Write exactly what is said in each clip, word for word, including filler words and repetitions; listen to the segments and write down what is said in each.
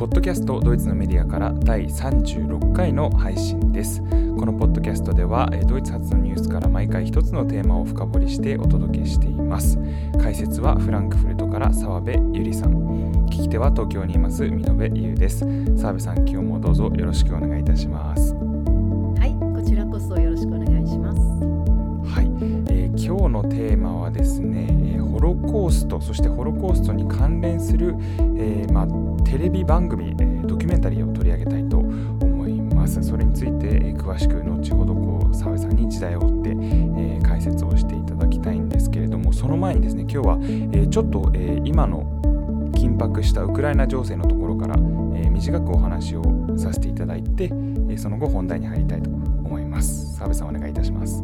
ポッドキャストドイツのメディアからだいさんじゅうろっかいの配信です。このポッドキャストではドイツ発のニュースから毎回一つのテーマを深掘りしてお届けしています。解説はフランクフルトから澤部ゆりさん、聞き手は東京にいます見延優です。澤部さん、今日もどうぞよろしくお願いいたします。 はい、こちらこそよろしくお願いします。 はい、えー、今日のテーマはですね、えー、ホロコースト、そしてホロコーストに関連する、えーまあ、テレビ番組、えー、ドキュメンタリーを取り上げたいと思います。それについて、えー、詳しく後ほどこう澤部さんに時代を追って、えー、解説をしていただきたいんですけれども、その前にですね、今日は、えー、ちょっと、えー、今の緊迫したウクライナ情勢のところから、えー、短くお話をさせていただいて、えー、その後本題に入りたいと思います。澤部さん、お願いいたします。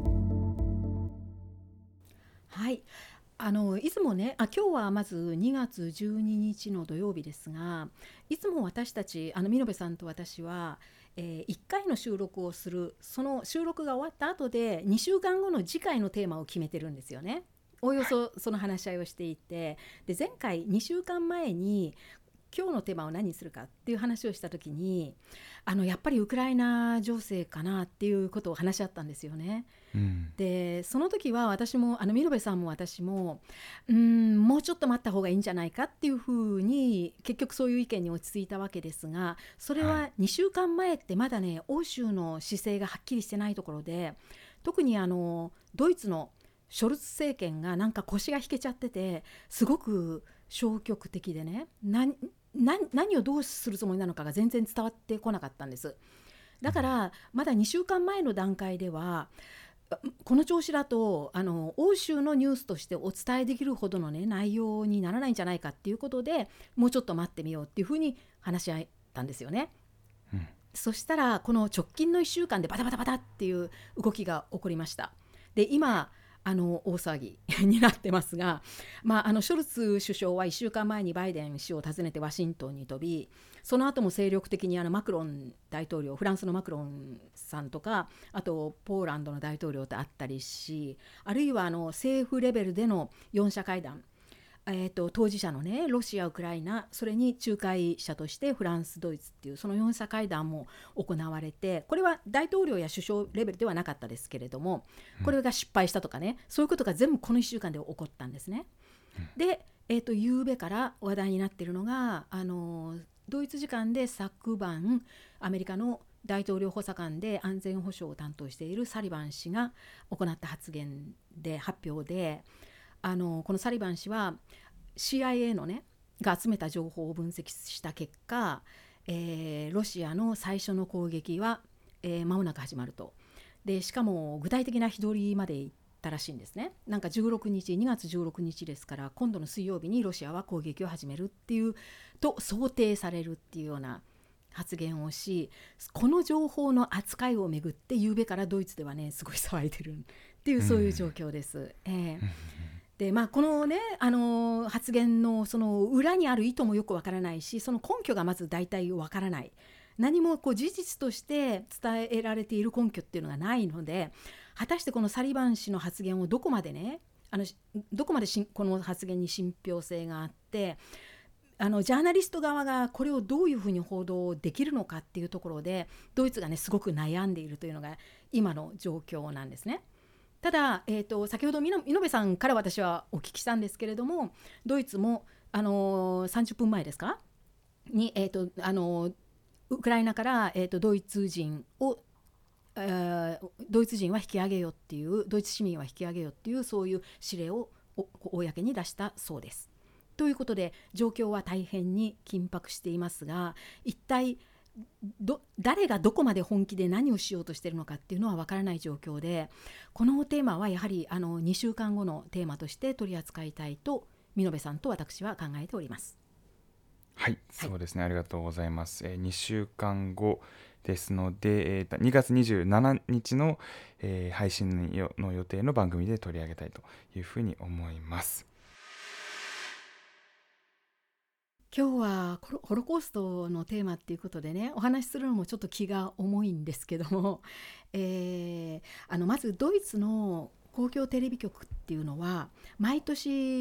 はい、あのいつもねあ今日はまずにがつじゅうににちの土曜日ですが、いつも私たちあの見延さんと私は、えー、いっかいの収録をする。その収録が終わった後でにしゅうかんごの次回のテーマを決めてるんですよね。おおよそその話し合いをしていて、で前回にしゅうかんまえに今日のテーマを何にするかっていう話をした時に、あのやっぱりウクライナ情勢かなっていうことを話し合ったんですよね。 うん、 でその時は私もあの見延さんも私もうーんもうちょっと待った方がいいんじゃないかっていうふうに結局そういう意見に落ち着いたわけですが、それはにしゅうかんまえってまだね欧州の姿勢がはっきりしてないところで、特にあのドイツのショルツ政権がなんか腰が引けちゃってて、すごく消極的でね、何何をどうするつもりなのかが全然伝わってこなかったんです。だからまだにしゅうかんまえの段階ではこの調子だとあの欧州のニュースとしてお伝えできるほどの、ね、内容にならないんじゃないかっていうことで、もうちょっと待ってみようっていうふうに話し合ったんですよね。うん、そしたらこの直近のいっしゅうかんでバタバタバタっていう動きが起こりました。で今あの大騒ぎになってますが、まあ、あのショルツ首相はいっしゅうかんまえにバイデン氏を訪ねてワシントンに飛び、その後も精力的にあのマクロン大統領、フランスのマクロンさんとか、あとポーランドの大統領と会ったりし、あるいはあの政府レベルでのよん者会談、えーと、当事者のねロシア、ウクライナ、それに仲介者としてフランス、ドイツっていうそのよん者会談も行われて、これは大統領や首相レベルではなかったですけれども、これが失敗したとかね、そういうことが全部このいっしゅうかんで起こったんですね。で、えーと、夕べから話題になっているのが、あのドイツ時間で昨晩アメリカの大統領補佐官で安全保障を担当しているサリバン氏が行った発言で発表で、あのこのサリバン氏は シーアイエー のねが集めた情報を分析した結果、えー、ロシアの最初の攻撃は、えー、間もなく始まると。でしかも具体的な日取りまで言ったらしいんですね。なんかじゅうろくにちにがつじゅうろくにちですから、今度の水曜日にロシアは攻撃を始めるっていうと想定されるっていうような発言をし、この情報の扱いをめぐって夕べからドイツではねすごい騒いでるっていう、そういう状況です。うんえーでまあ、このね、あのー、発言のその裏にある意図もよくわからないし、その根拠がまず大体わからない。何もこう事実として伝えられている根拠っていうのがないので、果たしてこのサリバン氏の発言をどこまでねあのどこまでしこの発言に信憑性があって、あのジャーナリスト側がこれをどういうふうに報道できるのかっていうところで、ドイツがねすごく悩んでいるというのが今の状況なんですね。ただ、えーと、先ほど見延さんから私はお聞きしたんですけれども、ドイツも、あのー、さんじゅっぷんまえですかに、えーとあのー、ウクライナから、えーと、ドイツ人を、えー、ドイツ人は引き上げようっていう、ドイツ市民は引き上げようっていう、そういう指令を公に出したそうです。ということで状況は大変に緊迫していますが、一体ど誰がどこまで本気で何をしようとしているのかっていうのは分からない状況で、このテーマはやはりあのにしゅうかんごのテーマとして取り扱いたいと見延さんと私は考えております。 はい、そうですね、ありがとうございます。えー、にしゅうかんごですので、えー、にがつにじゅうしちにちの、えー、配信の予定の番組で取り上げたいというふうに思います。 今日はホロコーストのテーマっていうことでね、お話しするのもちょっと気が重いんですけども、えー、あのまずドイツの公共テレビ局っていうのは毎年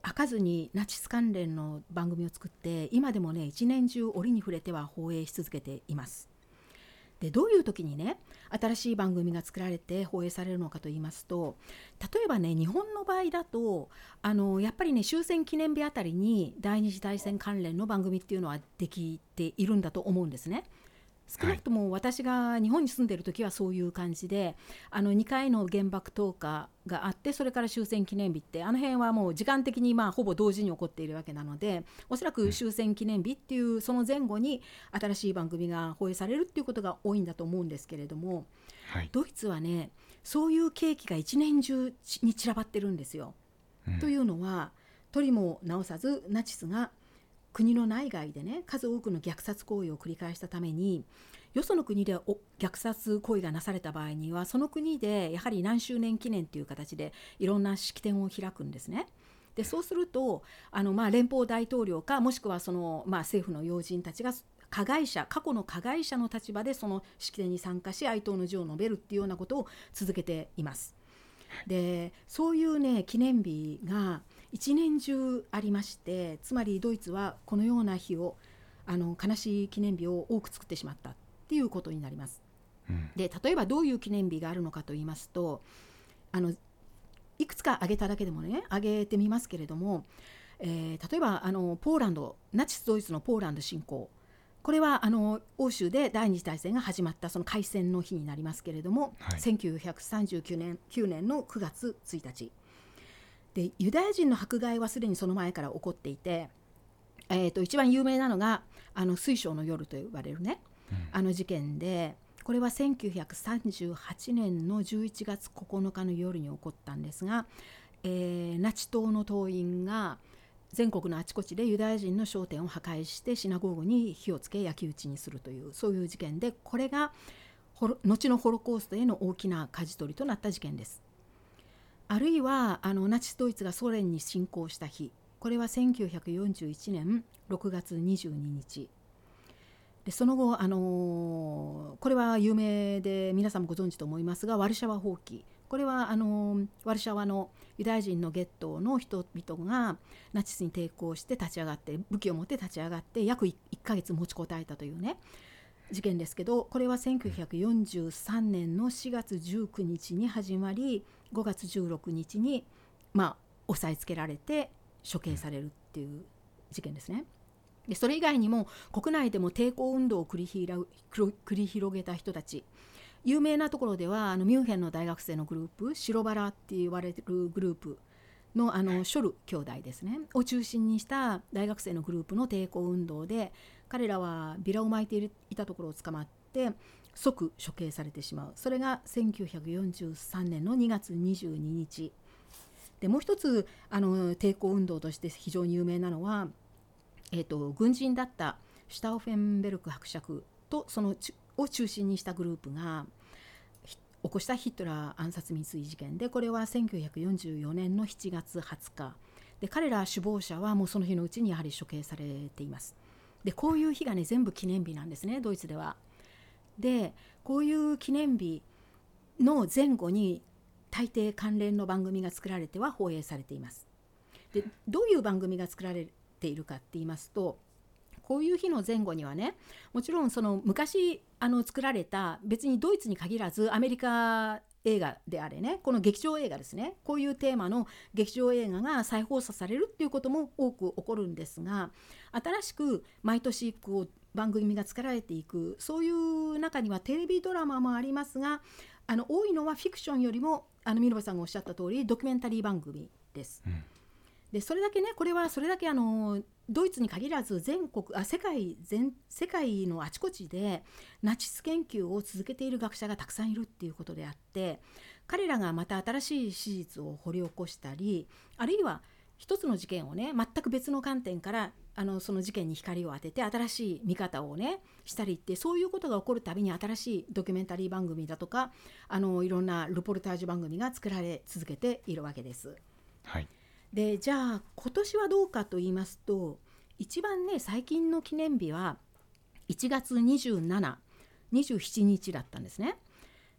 開かずにナチス関連の番組を作って、今でもね一年中折に触れては放映し続けています。でどういう時にね新しい番組が作られて放映されるのかと言いますと、例えばね日本の場合だとあのやっぱりね終戦記念日あたりに第二次大戦関連の番組っていうのはできているんだと思うんですね。少なくとも私が日本に住んでいる時はそういう感じで、あのにかいの原爆投下があって、それから終戦記念日って、あの辺はもう時間的にまあほぼ同時に起こっているわけなので、おそらく終戦記念日っていうその前後に新しい番組が放映されるっていうことが多いんだと思うんですけれども、はい、ドイツはねそういう契機が一年中に散らばってるんですよ、うん、というのはとりも直さずナチスが国の内外でね数多くの虐殺行為を繰り返したために、よその国で虐殺行為がなされた場合にはその国でやはり何周年記念という形でいろんな式典を開くんですね。でそうするとあの、まあ、連邦大統領かもしくはその、まあ、政府の要人たちが加害者過去の加害者の立場でその式典に参加し哀悼の辞を述べるっていうようなことを続けています。でそういうね記念日が一年中ありまして、つまりドイツはこのような日をあの悲しい記念日を多く作ってしまったっていうことになります、うん、で例えばどういう記念日があるのかと言いますと、あのいくつか挙げただけでもね挙げてみますけれども、えー、例えばあのポーランドナチスドイツのポーランド侵攻、これはあの欧州で第二次大戦が始まったその開戦の日になりますけれども、はい、せんきゅうひゃくさんじゅうきゅうねん、きゅうねんのくがつついたちで、ユダヤ人の迫害はすでにその前から起こっていて、えー、と一番有名なのがあの水晶の夜と呼ばれるね、うん、あの事件で、これはせんきゅうひゃくさんじゅうはちねんのじゅういちがつここのかの夜に起こったんですが、えー、ナチ党の党員が全国のあちこちでユダヤ人の商店を破壊してシナゴーグに火をつけ焼き討ちにするというそういう事件で、これが後のホロコーストへの大きな舵取りとなった事件です。あるいはあのナチスドイツがソ連に侵攻した日、これはせんきゅうひゃくよんじゅういちねんろくがつにじゅうににちで、その後、あのー、これは有名で皆さんもご存知と思いますが、ワルシャワ蜂起、これはあのー、ワルシャワのユダヤ人のゲットーの人々がナチスに抵抗して立ち上がって、武器を持って立ち上がって約いっかげつ持ちこたえたというね事件ですけど、これはせんきゅうひゃくよんじゅうさんねんのしがつじゅうくにちに始まり、ごがつじゅうろくにちに、まあ、押さえつけられて処刑されるっていう事件ですね。でそれ以外にも国内でも抵抗運動を繰り広繰り広げた人たち、有名なところではあのミュンヘンの大学生のグループ、白バラって言われるグループの、 あのショル兄弟ですねを中心にした大学生のグループの抵抗運動で、彼らはビラを巻いていたところを捕まって即処刑されてしまう。それがせんきゅうひゃくよんじゅうさんねんのにがつにじゅうににちで、もう一つあの抵抗運動として非常に有名なのは、えーと、軍人だったシュタウフェンベルク伯爵とそのを中心にしたグループが起こしたヒットラー暗殺未遂事件で、これはせんきゅうひゃくよんじゅうよねんのしちがつはつかで、彼ら首謀者はもうその日のうちにやはり処刑されています。でこういう日がね全部記念日なんですね、ドイツでは。でこういう記念日の前後に大抵関連の番組が作られては放映されています。でどういう番組が作られているかって言いますと、こういう日の前後にはね、もちろんその昔あの作られた、別にドイツに限らずアメリカ映画であれね、この劇場映画ですね、こういうテーマの劇場映画が再放送されるっていうことも多く起こるんですが、新しく毎年こう番組が作られていく、そういう中にはテレビドラマもありますが、あの多いのはフィクションよりもあのミノベさんがおっしゃった通りドキュメンタリー番組です、うん、でそれだけね、これはそれだけあのドイツに限らず全国あ世界全世界のあちこちでナチス研究を続けている学者がたくさんいるっていうことであって、彼らがまた新しい史実を掘り起こしたり、あるいは一つの事件をね全く別の観点からあのその事件に光を当てて新しい見方をねしたりって、そういうことが起こるたびに新しいドキュメンタリー番組だとか、あのいろんなルポルタージュ番組が作られ続けているわけです。 はい。 でじゃあ今年はどうかと言いますと、一番ね最近の記念日はいちがつにじゅうしちにちだったんですね。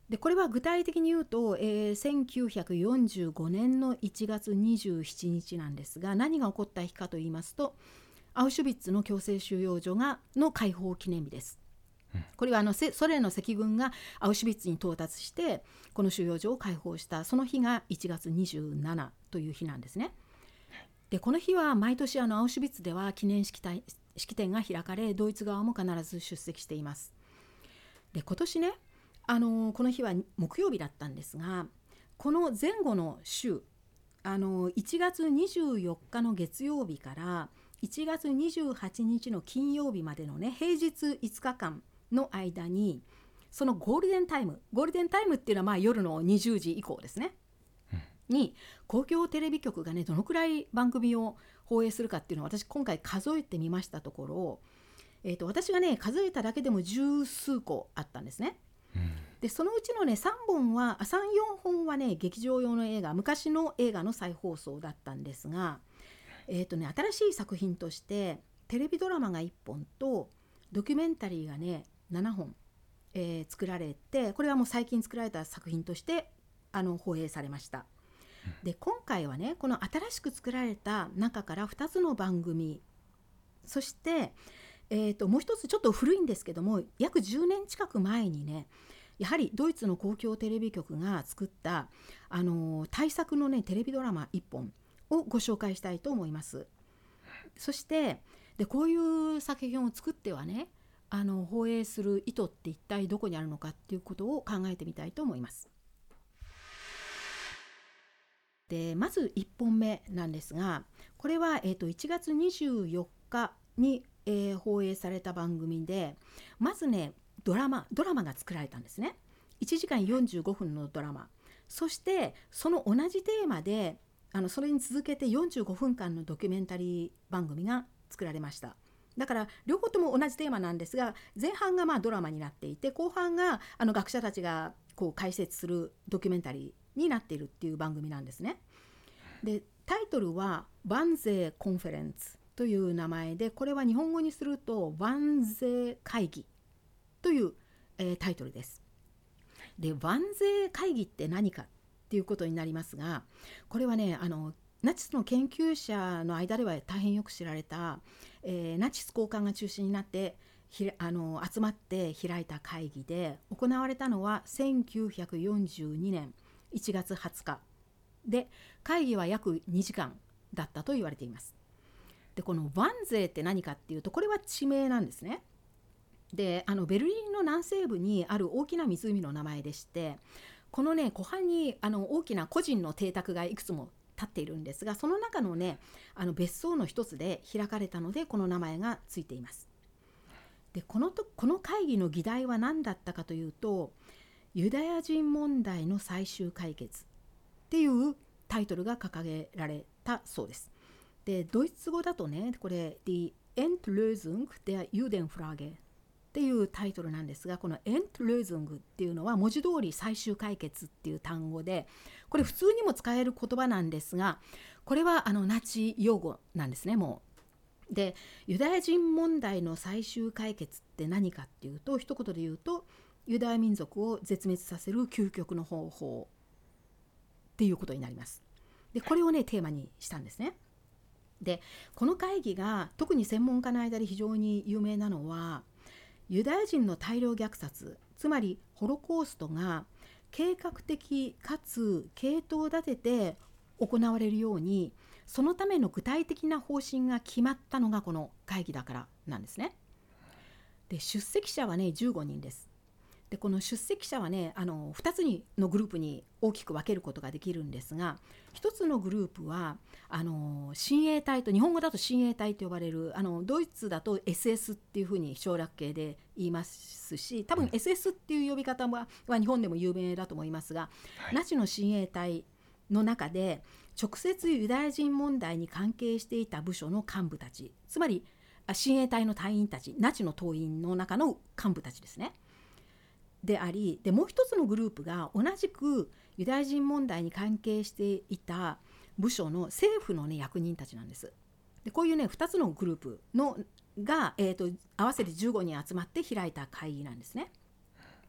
でこれは具体的に言うと、えーせんきゅうひゃくよんじゅうごねんのいちがつにじゅうしちにちなんですが、何が起こった日かと言いますと、アウシュビッツの強制収容所がの解放記念日です。これはあのソ連の赤軍がアウシュビッツに到達してこの収容所を解放したその日がいちがつにじゅうしちにちという日なんですね。でこの日は毎年あのアウシュビッツでは記念式典、式典が開かれ、ドイツ側も必ず出席しています。で今年ね、あのこの日は木曜日だったんですが、この前後の週、あのいちがつにじゅうよっかの月曜日からいちがつにじゅうはちにちの金曜日までのね、平日いつかかんの間に、そのゴールデンタイム、ゴールデンタイムっていうのはまあ夜のにじゅうじ以降ですね、うん、に公共テレビ局がねどのくらい番組を放映するかっていうのを私今回数えてみましたところ、えーと、私がね数えただけでも十数個あったんですね。でそのうちのねさんぼんはさん、よんほんはね劇場用の映画、昔の映画の再放送だったんですが、えーとね、新しい作品としてテレビドラマがいっぽんとドキュメンタリーがねななほん、えー、作られて、これはもう最近作られた作品としてあの放映されました。で今回はねこの新しく作られた中からふたつの番組、そして、えーともう一つちょっと古いんですけども、約じゅうねん近く前にねやはりドイツの公共テレビ局が作った、あのー、大作のねテレビドラマいっぽんをご紹介したいと思います。そしてでこういう作品を作ってはね、あの放映する意図って一体どこにあるのかっていうことを考えてみたいと思います。でまずいっぽんめなんですが、これは、えーと、いちがつにじゅうよっかに、えー、放映された番組で、まずねドラマ、ドラマが作られたんですね。いちじかんよんじゅうごふんのドラマ、そしてその同じテーマであのそれに続けてよんじゅうごふんかんのドキュメンタリー番組が作られました。だから両方とも同じテーマなんですが、前半がまあドラマになっていて、後半があの学者たちがこう解説するドキュメンタリーになっているっていう番組なんですね。でタイトルはワンゼーコンフェレンスという名前で、これは日本語にするとワンゼー会議という、えー、タイトルです。でワンゼー会議って何かっていうことになりますが、これはねあのナチスの研究者の間では大変よく知られた、えー、ナチス高官が中心になってひあの集まって開いた会議で、行われたのはせんきゅうひゃくよんじゅうにねんいちがつはつかで、会議は約にじかんだったと言われています。でこのワンゼーって何かっていうと、これは地名なんですね。であのベルリンの南西部にある大きな湖の名前でして、このね湖畔にあの大きな個人の邸宅がいくつも建っているんですが、その中のねあの別荘の一つで開かれたのでこの名前がついています。でこのとこの会議の議題は何だったかというと、ユダヤ人問題の最終解決っていうタイトルが掲げられたそうです。でドイツ語だとねこれ Die Endlösung der Judenfrageっていうタイトルなんですが、この Endlösung っていうのは文字通り最終解決っていう単語で、これ普通にも使える言葉なんですが、これはあのナチ用語なんですね。もうでユダヤ人問題の最終解決って何かっていうと、一言で言うとユダヤ民族を絶滅させる究極の方法っていうことになります。でこれをねテーマにしたんですね。でこの会議が特に専門家の間で非常に有名なのは、ユダヤ人の大量虐殺、つまりホロコーストが計画的かつ系統を立てて行われるように、そのための具体的な方針が決まったのがこの会議だからなんですね。で出席者はねじゅうごにんです。でこの出席者はねあのふたつにのグループに大きく分けることができるんですが、ひとつのグループはあの親衛隊と、日本語だと親衛隊と呼ばれる、あのドイツだと エスエス っていうふうに省略形で言いますし、多分 エスエス っていう呼び方は、は日本でも有名だと思いますが、はい、ナチの親衛隊の中で直接ユダヤ人問題に関係していた部署の幹部たち、つまり親衛隊の隊員たち、ナチの党員の中の幹部たちですねであり、でもう一つのグループが同じくユダヤ人問題に関係していた部署の政府の、ね、役人たちなんです。でこういうねふたつのグループのが、えーと、合わせてじゅうごにん集まって開いた会議なんですね。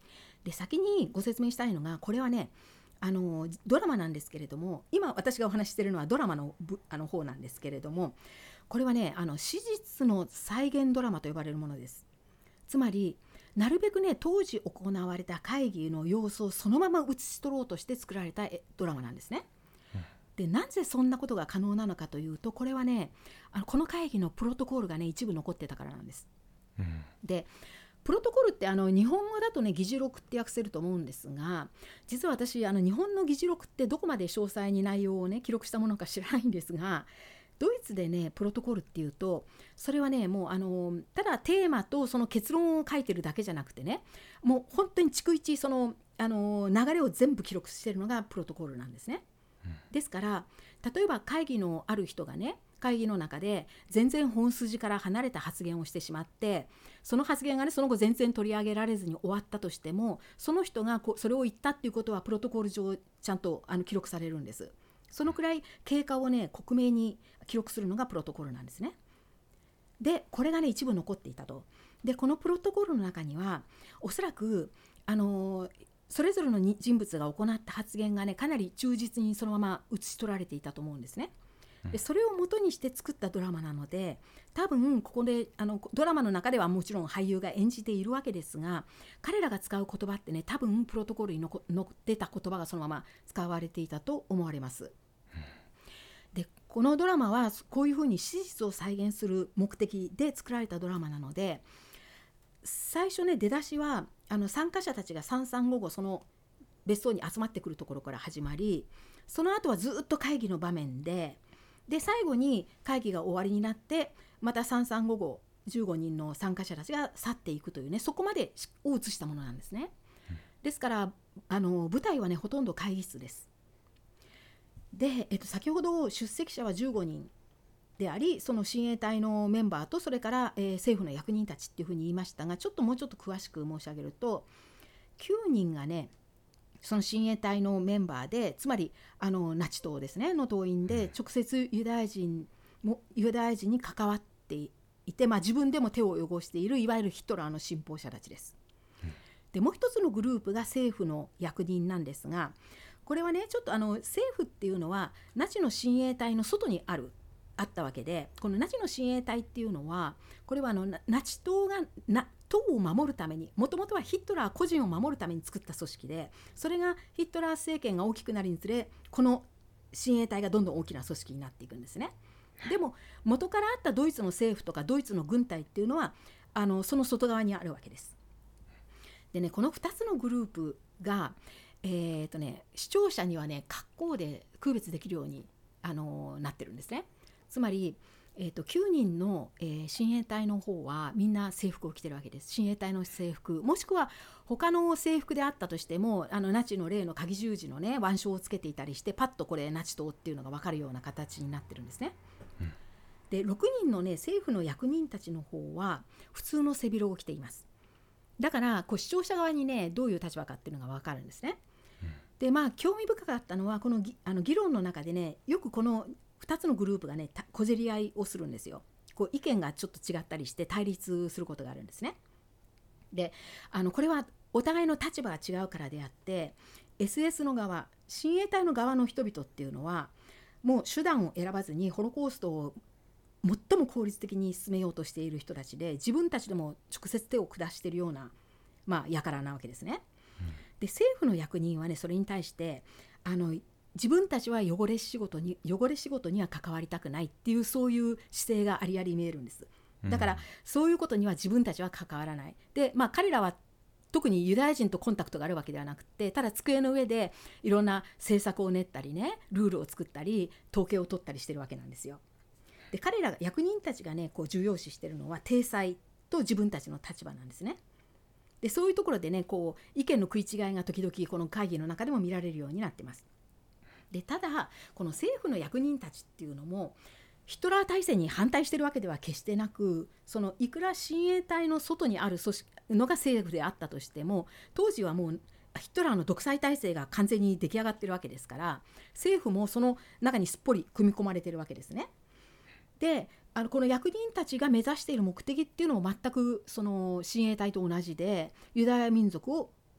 で先にご説明したいのが、これはねあのドラマなんですけれども、今私がお話ししているのはドラマの、あの方なんですけれども、これはねあの史実の再現ドラマと呼ばれるものです。つまりなるべくね当時行われた会議の様子をそのまま写し取ろうとして作られたドラマなんですね。でなぜそんなことが可能なのかというと、これはねあのこの会議のプロトコールがね一部残ってたからなんです、うん、でプロトコールってあの日本語だとね議事録って訳せると思うんですが、実は私あの日本の議事録ってどこまで詳細に内容をね記録したものか知らないんですが、ドイツでねプロトコールっていうと、それはねもうあのただテーマとその結論を書いてるだけじゃなくてね、もう本当に逐一そのあの流れを全部記録してるのがプロトコールなんですね。ですから例えば会議のある人がね会議の中で全然本筋から離れた発言をしてしまって、その発言がねその後全然取り上げられずに終わったとしても、その人がこうそれを言ったっていうことはプロトコール上ちゃんとあの記録されるんです。そのくらい経過をね克明に記録するのがプロトコールなんですね。でこれがね一部残っていたと。でこのプロトコールの中にはおそらくあのーそれぞれの人物が行った発言がねかなり忠実にそのまま写し取られていたと思うんですね。でそれを元にして作ったドラマなので、多分ここであのドラマの中ではもちろん俳優が演じているわけですが、彼らが使う言葉ってね多分プロトコールに残ってた言葉がそのまま使われていたと思われます。でこのドラマはこういうふうに史実を再現する目的で作られたドラマなので、最初ね出だしはあの参加者たちが三々五々その別荘に集まってくるところから始まり、その後はずっと会議の場面で、で最後に会議が終わりになってまた三々五々じゅうごにんの参加者たちが去っていくというね、そこまでを映したものなんですね。ですからあの舞台はねほとんど会議室です。で、えっと、先ほど出席者はじゅうごにんであり、その親衛隊のメンバーとそれから、えー、政府の役人たちっていうふうに言いましたが、ちょっともうちょっと詳しく申し上げると、きゅうにんがねその親衛隊のメンバーで、つまりあのナチ党ですねの党員で直接ユダヤ人もユダヤ人に関わっていて、まあ、自分でも手を汚しているいわゆるヒトラーの信奉者たちです。でもう一つのグループが政府の役人なんですが、これはねちょっとあの政府っていうのはナチの親衛隊の外にあるあったわけで、このナチの親衛隊っていうのはこれはあのナチ党がな党を守るために、もともとはヒトラー個人を守るために作った組織で、それがヒトラー政権が大きくなるにつれこの親衛隊がどんどん大きな組織になっていくんですね。でも元からあったドイツの政府とかドイツの軍隊っていうのはあのその外側にあるわけです。でねこのふたつのグループが、えーとね、視聴者にはね格好で区別できるようにあのなってるんですね。つまり、えー、ときゅうにんの、えー、親衛隊の方はみんな制服を着てるわけです。親衛隊の制服、もしくは他の制服であったとしても、あのナチの例の鍵十字のね腕章をつけていたりして、パッとこれナチ党っていうのが分かるような形になってるんですね。うん、でろくにんのね政府の役人たちの方は普通の背広を着ています。だからこう視聴者側にねどういう立場かっていうのが分かるんですね。うん、でまあ興味深かったのはこのぎあの議論の中でね、よくこのふたつのグループがね小競り合いをするんですよ。こう意見がちょっと違ったりして対立することがあるんですね。であのこれはお互いの立場が違うからであって、 エスエス の側、親衛隊の側の人々っていうのはもう手段を選ばずにホロコーストを最も効率的に進めようとしている人たちで、自分たちでも直接手を下しているような、まあ、輩なわけですね。うん、で政府の役人はねそれに対してあの自分たちは汚れ仕事に汚れ仕事には関わりたくないっていう、そういう姿勢がありあり見えるんです。だから、うん、そういうことには自分たちは関わらない。で、まあ、彼らは特にユダヤ人とコンタクトがあるわけではなくて、ただ机の上でいろんな政策を練ったりね、ルールを作ったり統計を取ったりしてるわけなんですよ。で彼ら役人たちがねこう重要視してるのは体裁と自分たちの立場なんですね。でそういうところでねこう意見の食い違いが時々この会議の中でも見られるようになってます。でただこの政府の役人たちっていうのもヒトラー体制に反対してるわけでは決してなく、そのいくら親衛隊の外にある組織のが政府であったとしても、当時はもうヒトラーの独裁体制が完全に出来上がってるわけですから、政府もその中にすっぽり組み込まれてるわけですね。であのこの役人たちが目指している目的っていうのも全くその親衛隊と同じで、ユダヤ民族を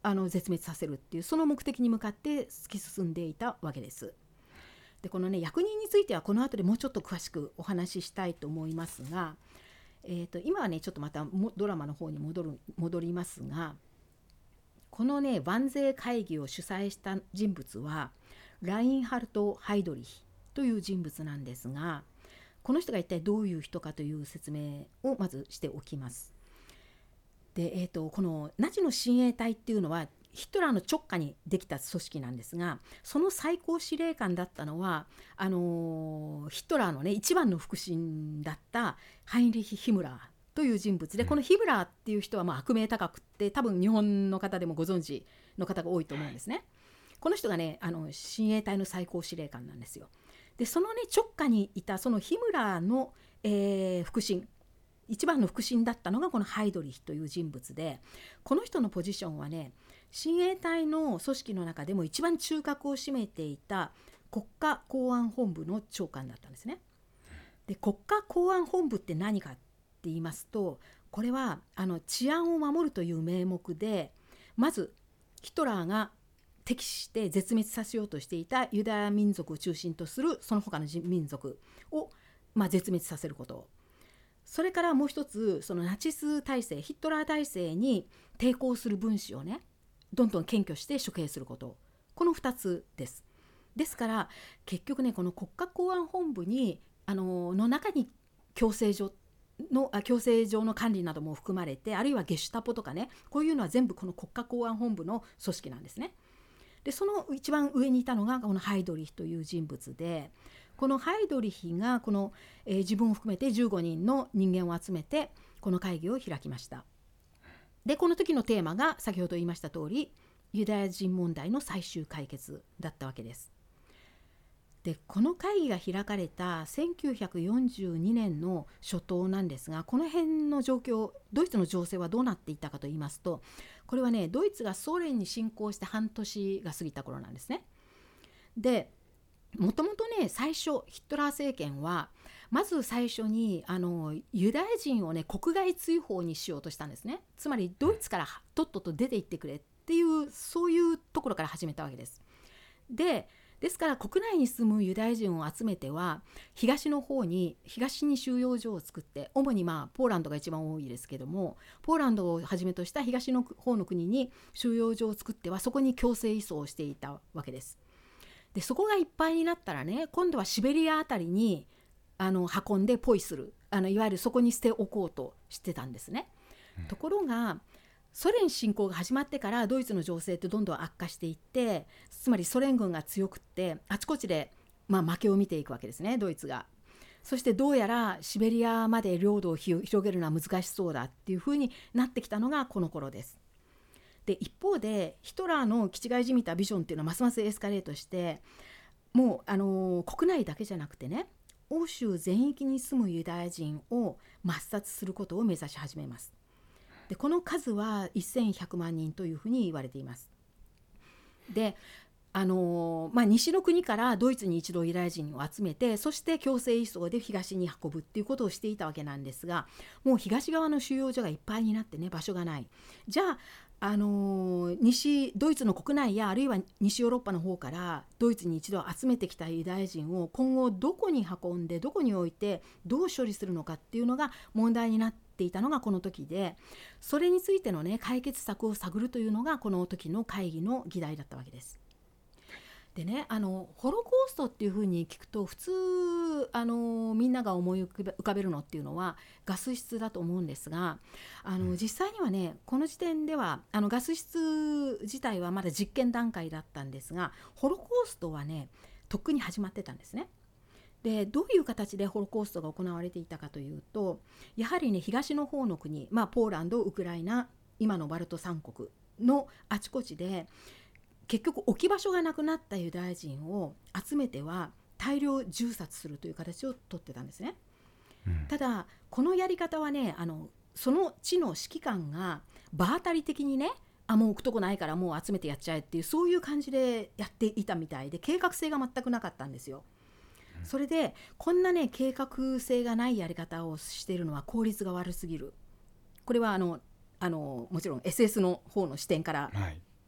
あの絶滅させるっていうその目的に向かって突き進んでいたわけです。でこのね役人についてはこの後でもうちょっと詳しくお話ししたいと思いますが、えー、と今はねちょっとまたドラマの方に戻る戻りますが、このね万税会議を主催した人物はラインハルト・ハイドリヒという人物なんですが、この人が一体どういう人かという説明をまずしておきます。で、えー、とこのナチの親衛隊っていうのはヒトラーの直下にできた組織なんですが、その最高司令官だったのはあのー、ヒトラーの、ね、一番の腹心だったハインリヒ・ヒムラーという人物で、このヒムラーっていう人はまあ悪名高くって多分日本の方でもご存知の方が多いと思うんですね。この人がねあの親衛隊の最高司令官なんですよ。でそのね直下にいたそのヒムラーの、えー、腹心一番の腹心だったのがこのハイドリヒという人物で、この人のポジションはね親衛隊の組織の中でも一番中核を占めていた国家公安本部の長官だったんですね。で国家公安本部って何かって言いますと、これはあの治安を守るという名目で、まずヒトラーが敵視して絶滅させようとしていたユダヤ民族を中心とするその他の民族を、まあ、絶滅させること、それからもう一つそのナチス体制ヒトラー体制に抵抗する分子をねどんどん検挙して処刑すること、このふたつです。ですから結局ねこの国家公安本部にあのの中に強制所のあ強制上の管理なども含まれて、あるいはゲシュタポとかね、こういうのは全部この国家公安本部の組織なんですね。でその一番上にいたのがこのハイドリヒという人物で、このハイドリヒがこの、えー、自分を含めてじゅうごにんの人間を集めてこの会議を開きました。でこの時のテーマが先ほど言いました通りユダヤ人問題の最終解決だったわけです。でこの会議が開かれたせんきゅうひゃくよんじゅうにねんの初頭なんですが、この辺の状況ドイツの情勢はどうなっていたかと言いますと、これはねドイツがソ連に侵攻して半年が過ぎた頃なんですね。でもともとね最初ヒトラー政権はまず最初にあのユダヤ人をね国外追放にしようとしたんですね。つまりドイツからとっとと出て行ってくれっていうそういうところから始めたわけです。でですから国内に住むユダヤ人を集めては東の方に東に収容所を作って、主にまあポーランドが一番多いですけども、ポーランドをはじめとした東の方の国に収容所を作ってはそこに強制移送をしていたわけです。でそこがいっぱいになったらね今度はシベリアあたりにあの運んでポイする、あのいわゆるそこに捨ておこうとしてたんですね、うん、ところがソ連侵攻が始まってからドイツの情勢ってどんどん悪化していって、つまりソ連軍が強くってあちこちで、まあ、負けを見ていくわけですねドイツが。そしてどうやらシベリアまで領土を広げるのは難しそうだっていうふうになってきたのがこの頃です。で一方でヒトラーの気違いじみたビジョンっていうのはますますエスカレートして、もうあの国内だけじゃなくてね欧州全域に住むユダヤ人を抹殺することを目指し始めます。でこの数はせんひゃくまんにんというふうに言われています。であのまあ、西の国からドイツに一度ユダヤ人を集めて、そして強制移送で東に運ぶっていうことをしていたわけなんですが、もう東側の収容所がいっぱいになってね場所がない。じゃああの西ドイツの国内やあるいは西ヨーロッパの方からドイツに一度集めてきたユダヤ人を今後どこに運んでどこに置いてどう処理するのかっていうのが問題になっていたのがこの時で、それについてのね解決策を探るというのがこの時の会議の議題だったわけです。でね、あのホロコーストっていうふうに聞くと普通あのみんなが思い浮かべるのっていうのはガス室だと思うんですが、あの実際にはねこの時点ではあのガス室自体はまだ実験段階だったんですが、ホロコーストはねとっくに始まってたんですね。でどういう形でホロコーストが行われていたかというと、やはりね東の方の国、まあ、ポーランド、ウクライナ、今のバルト三国のあちこちで結局置き場所がなくなったユダヤ人を集めては大量銃殺するという形をとってたんですね、うん、ただこのやり方はねあのその地の指揮官が場当たり的にねあもう置くとこないからもう集めてやっちゃえっていうそういう感じでやっていたみたいで、計画性が全くなかったんですよ、うん、それでこんなね計画性がないやり方をしているのは効率が悪すぎる。これはあのあのもちろん エスエス の方の視点から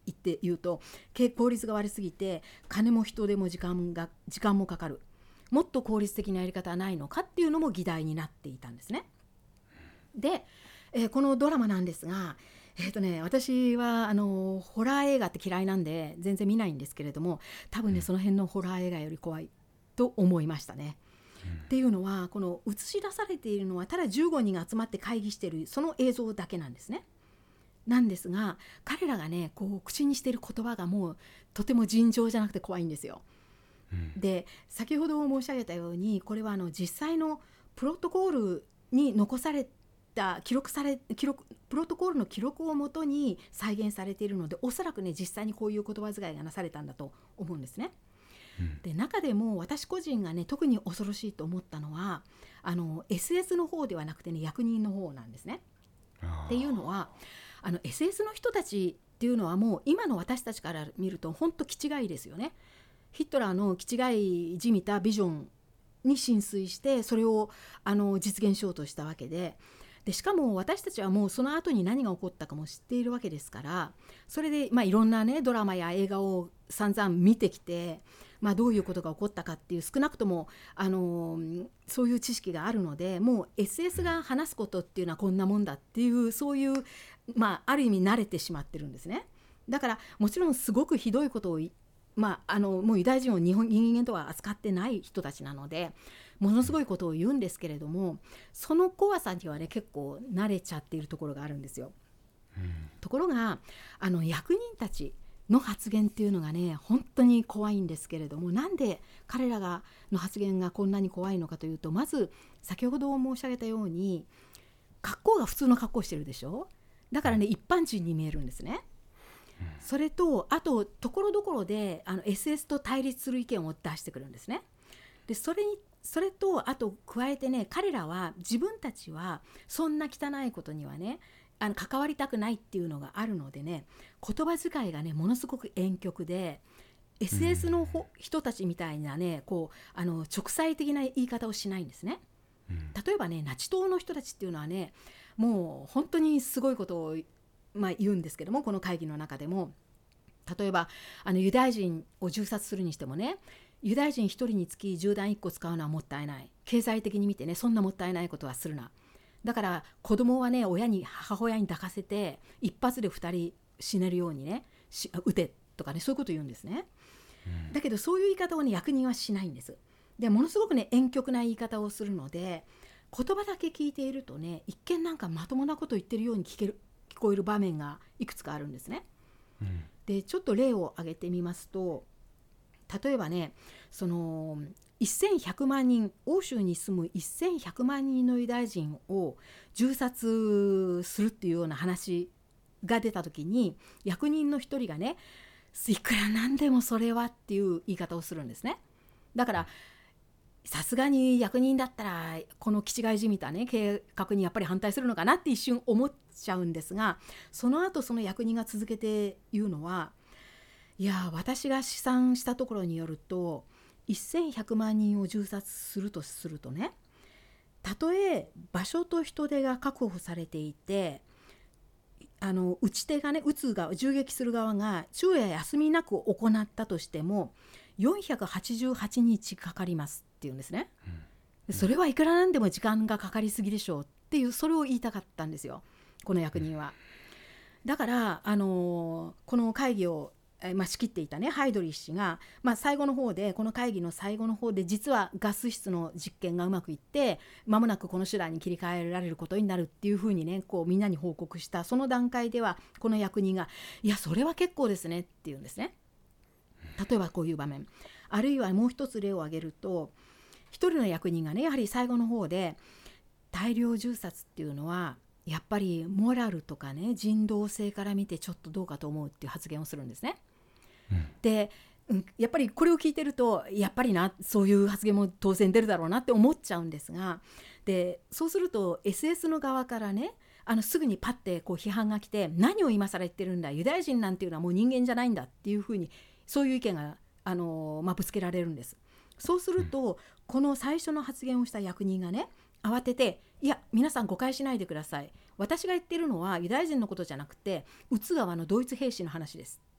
言って言うと効率が悪すぎて金も人手も時間が時間もかかる、もっと効率的なやり方はないのかっていうのも議題になっていたんですね。で、えー、このドラマなんですが、えーとね、私はあのホラー映画って嫌いなんで全然見ないんですけれども、多分ね、うん、その辺のホラー映画より怖いと思いましたね。うん、っていうのはこの映し出されているのはただじゅうごにんが集まって会議しているその映像だけなんですね。なんですが彼らがねこう口にしている言葉がもうとても尋常じゃなくて怖いんですよ。うん、で先ほど申し上げたようにこれはあの実際のプロトコールに残された記録され記録プロトコールの記録をもとに再現されているので、おそらくね実際にこういう言葉遣いがなされたんだと思うんですね。うん、で中でも私個人がね特に恐ろしいと思ったのはあの エスエス の方ではなくてね役人の方なんですね。っていうのはあの エスエス の人たちっていうのはもう今の私たちから見ると本当気違いですよね。ヒトラーの気違いじみたビジョンに心酔してそれをあの実現しようとしたわけで、でしかも私たちはもうその後に何が起こったかも知っているわけですから、それで、まあ、いろんなねドラマや映画を散々見てきて、まあ、どういうことが起こったかっていう少なくともあのそういう知識があるので、もう エスエス が話すことっていうのはこんなもんだっていうそういう、まあ、ある意味慣れてしまってるんですね。だからもちろんすごくひどいことをまあ、あのもうユダヤ人を日本人間とは扱ってない人たちなのでものすごいことを言うんですけれども、その怖さにはね結構慣れちゃっているところがあるんですよ。うん、ところがあの役人たちの発言っていうのがね本当に怖いんですけれども、なんで彼らがの発言がこんなに怖いのかというと、まず先ほど申し上げたように格好が普通の格好してるでしょ。だからね一般人に見えるんですね。それとあとところどころであの エスエス と対立する意見を出してくるんですね。でそれにそれとあと加えてね、彼らは自分たちはそんな汚いことにはねあの関わりたくないっていうのがあるのでね、言葉遣いがねものすごく婉曲で エスエス のほ、うん、人たちみたいなねこうあの直裁的な言い方をしないんですね。うん、例えばねナチ党の人たちっていうのはねもう本当にすごいことをまあ、言うんですけども、この会議の中でも例えばあのユダヤ人を銃殺するにしてもね、ユダヤ人ひとりにつき銃弾いっこ使うのはもったいない、経済的に見てねそんなもったいないことはするな、だから子供はね親に母親に抱かせて一発でふたり死ねるようにね撃てとかね、そういうこと言うんですね。うん、だけどそういう言い方をね役人はしないんです。でものすごくね婉曲な言い方をするので、言葉だけ聞いているとね一見なんかまともなこと言ってるように聞ける聞こえる場面がいくつかあるんですね。うん、でちょっと例を挙げてみますと、例えばねそのせんひゃくまんにん、欧州に住むせんひゃくまんにんのユダヤ人を銃殺するっていうような話が出た時に、役人の一人がねいくらなんでもそれはっていう言い方をするんですね。だからさすがに役人だったらこの気違いじみたね計画にやっぱり反対するのかなって一瞬思っちゃうんですが、その後その役人が続けて言うのは、いや私が試算したところによるとせんひゃくまんにんを銃殺するとするとね、たとえ場所と人手が確保されていてあの撃ち手がね撃つ側銃撃する側が昼夜休みなく行ったとしてもよんひゃくはちじゅうはちにちかかりますっていうんですね。うん、それはいくらなんでも時間がかかりすぎでしょうっていう、それを言いたかったんですよこの役人は。だから、あのー、この会議を、えーまあ、仕切っていたねハイドリッシュが、まあ、最後の方でこの会議の最後の方で実はガス室の実験がうまくいって間もなくこの手段に切り替えられることになるっていうふうにねこうみんなに報告したその段階では、この役人がいやそれは結構ですねって言うんですね。例えばこういう場面、あるいはもう一つ例を挙げると、一人の役人がねやはり最後の方で大量銃殺っていうのはやっぱりモラルとかね人道性から見てちょっとどうかと思うっていう発言をするんですね。うん、で、うん、やっぱりこれを聞いてるとやっぱりなそういう発言も当然出るだろうなって思っちゃうんですが、でそうすると エスエス の側からねあのすぐにパッてこう批判が来て、何を今更言ってるんだユダヤ人なんていうのはもう人間じゃないんだっていうふうにそういう意見があの、まあ、ぶつけられるんです。そうすると、うん、この最初の発言をした役人がね慌てて、いや皆さん誤解しないでください、私が言ってるのはユダヤ人のことじゃなくて撃つ側のドイツ兵士の話です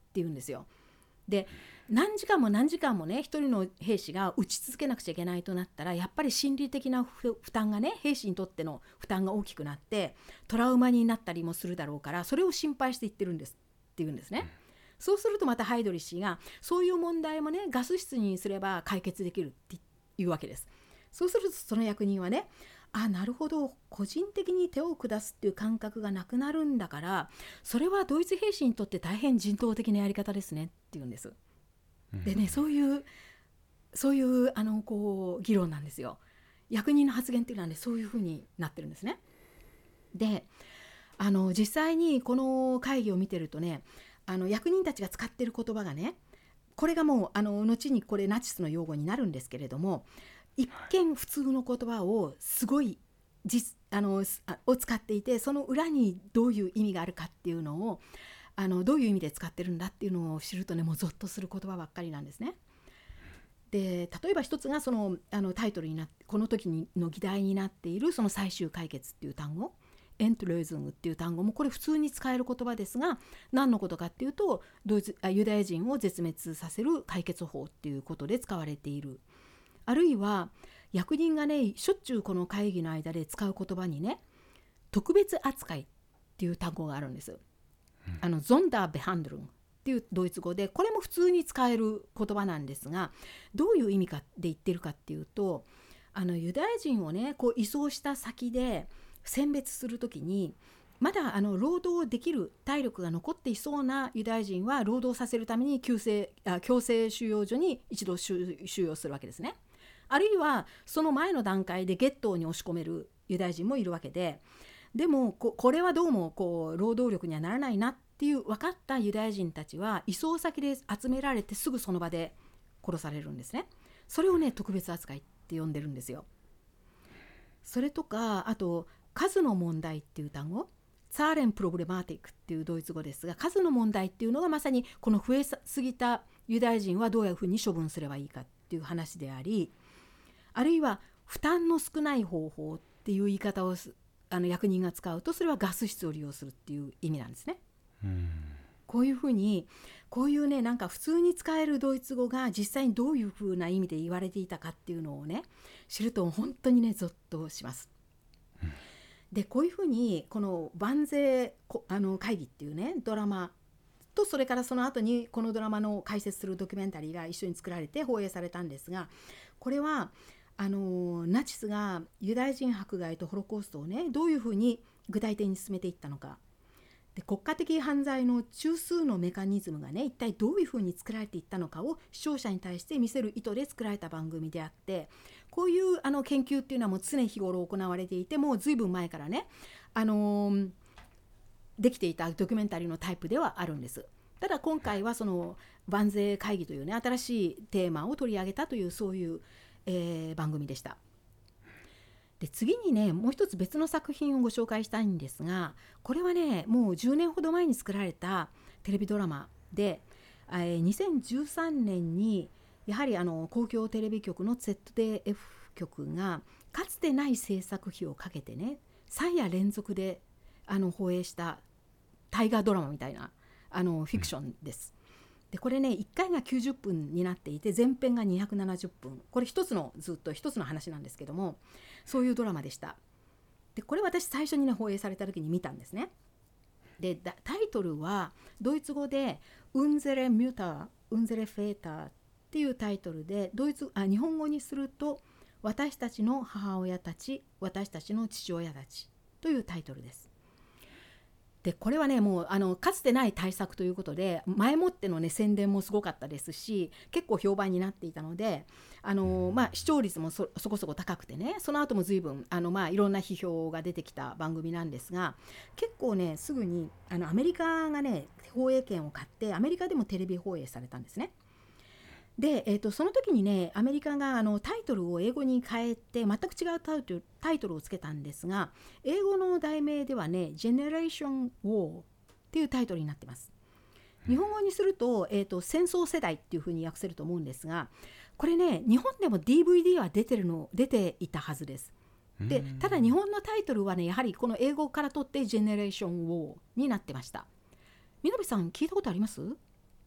っていうんですよ。で何時間も何時間もね一人の兵士が打ち続けなくちゃいけないとなったらやっぱり心理的な負担がね兵士にとっての負担が大きくなってトラウマになったりもするだろうからそれを心配して言ってるんですっていうんですね。そうするとまたハイドリ氏がそういう問題もねガス室にすれば解決できるっていうわけです。そうするとその役人はねあなるほど個人的に手を下すっていう感覚がなくなるんだからそれはドイツ兵士にとって大変人道的なやり方ですねっていうんです。でねそういうそういうあのこう議論なんですよ。役人の発言っていうのはねそういうふうになってるんですね。であの実際にこの会議を見てるとねあの役人たちが使っている言葉がねこれがもうあの後にこれナチスの用語になるんですけれども一見普通の言葉をすごい実あのを使っていてその裏にどういう意味があるかっていうのをあのどういう意味で使ってるんだっていうのを知るとねもうゾッとする言葉ばっかりなんですね。で例えば一つがそのあのタイトルになってこの時にの議題になっているその最終解決っていう単語エントレーズングっていう単語もこれ普通に使える言葉ですが何のことかっていうとドイツあユダヤ人を絶滅させる解決法っていうことで使われている。あるいは役人がねしょっちゅうこの会議の間で使う言葉にね特別扱いっていう単語があるんです。うん、あのゾンダーベハンドルンっていうドイツ語でこれも普通に使える言葉なんですがどういう意味かで言ってるかっていうとあのユダヤ人をねこう移送した先で選別するときにまだあの労働できる体力が残っていそうなユダヤ人は労働させるために強制、あ強制収容所に一度収容するわけですね。あるいはその前の段階でゲットーに押し込めるユダヤ人もいるわけででも こ, これはどうもこう労働力にはならないなっていう分かったユダヤ人たちは移送先で集められてすぐその場で殺されるんですね。それをね特別扱いって呼んでるんですよ。それとかあと数の問題っていう単語ツァーレンプロブレマティックっていうドイツ語ですが数の問題っていうのがまさにこの増えすぎたユダヤ人はどういうふうに処分すればいいかっていう話でありあるいは負担の少ない方法っていう言い方をあの役人が使うとそれはガス室を利用するっていう意味なんですね。うんこういうふうにこういうねなんか普通に使えるドイツ語が実際にどういうふうな意味で言われていたかっていうのをね知ると本当にねゾッとします。うんでこういうふうにこの万世あの会議っていうねドラマとそれからその後にこのドラマの解説するドキュメンタリーが一緒に作られて放映されたんですがこれはあのナチスがユダヤ人迫害とホロコーストをねどういうふうに具体的に進めていったのかで国家的犯罪の中枢のメカニズムがね一体どういうふうに作られていったのかを視聴者に対して見せる意図で作られた番組であってこういうあの研究っていうのはもう常日頃行われていてもうずいぶん前からね、あのー、できていたドキュメンタリーのタイプではあるんです。ただ今回はその万世会議というね新しいテーマを取り上げたというそういう、えー、番組でした。で次にねもう一つ別の作品をご紹介したいんですがこれはねもうじゅうねんほど前に作られたテレビドラマで、えー、にせんじゅうさんねんにやはりあの公共テレビ局の ゼットディーエフ 局がかつてない制作費をかけてねさん夜連続であの放映した大河ドラマみたいなあのフィクションです。でこれねいっかいがきゅうじゅっぷんになっていて前編がにひゃくななじゅっぷんこれ一つのずっと一つの話なんですけどもそういうドラマでした。でこれ私最初にね放映された時に見たんですね。でタイトルはドイツ語でウンゼレミューターウンゼレフェーターっていうタイトルでドイツあ日本語にすると私たちの母親たち私たちの父親たちというタイトルです。でこれはねもうあのかつてない大作ということで前もっての、ね、宣伝もすごかったですし結構評判になっていたのであの、まあ、視聴率も そ, そこそこ高くてねその後も随分あの、まあ、いろんな批評が出てきた番組なんですが結構ねすぐにあのアメリカがね放映権を買ってアメリカでもテレビ放映されたんですね。で、えーと、その時にねアメリカがあのタイトルを英語に変えて全く違うタイトル、タイトルをつけたんですが英語の題名ではねジェネレーションウォーっていうタイトルになってます。日本語にすると、えーと、戦争世代っていう風に訳せると思うんですがこれね日本でも ディーブイディー は出てるの出ていたはずです。でただ日本のタイトルはねやはりこの英語から取ってジェネレーションウォーになってました。みのべさん聞いたことあります？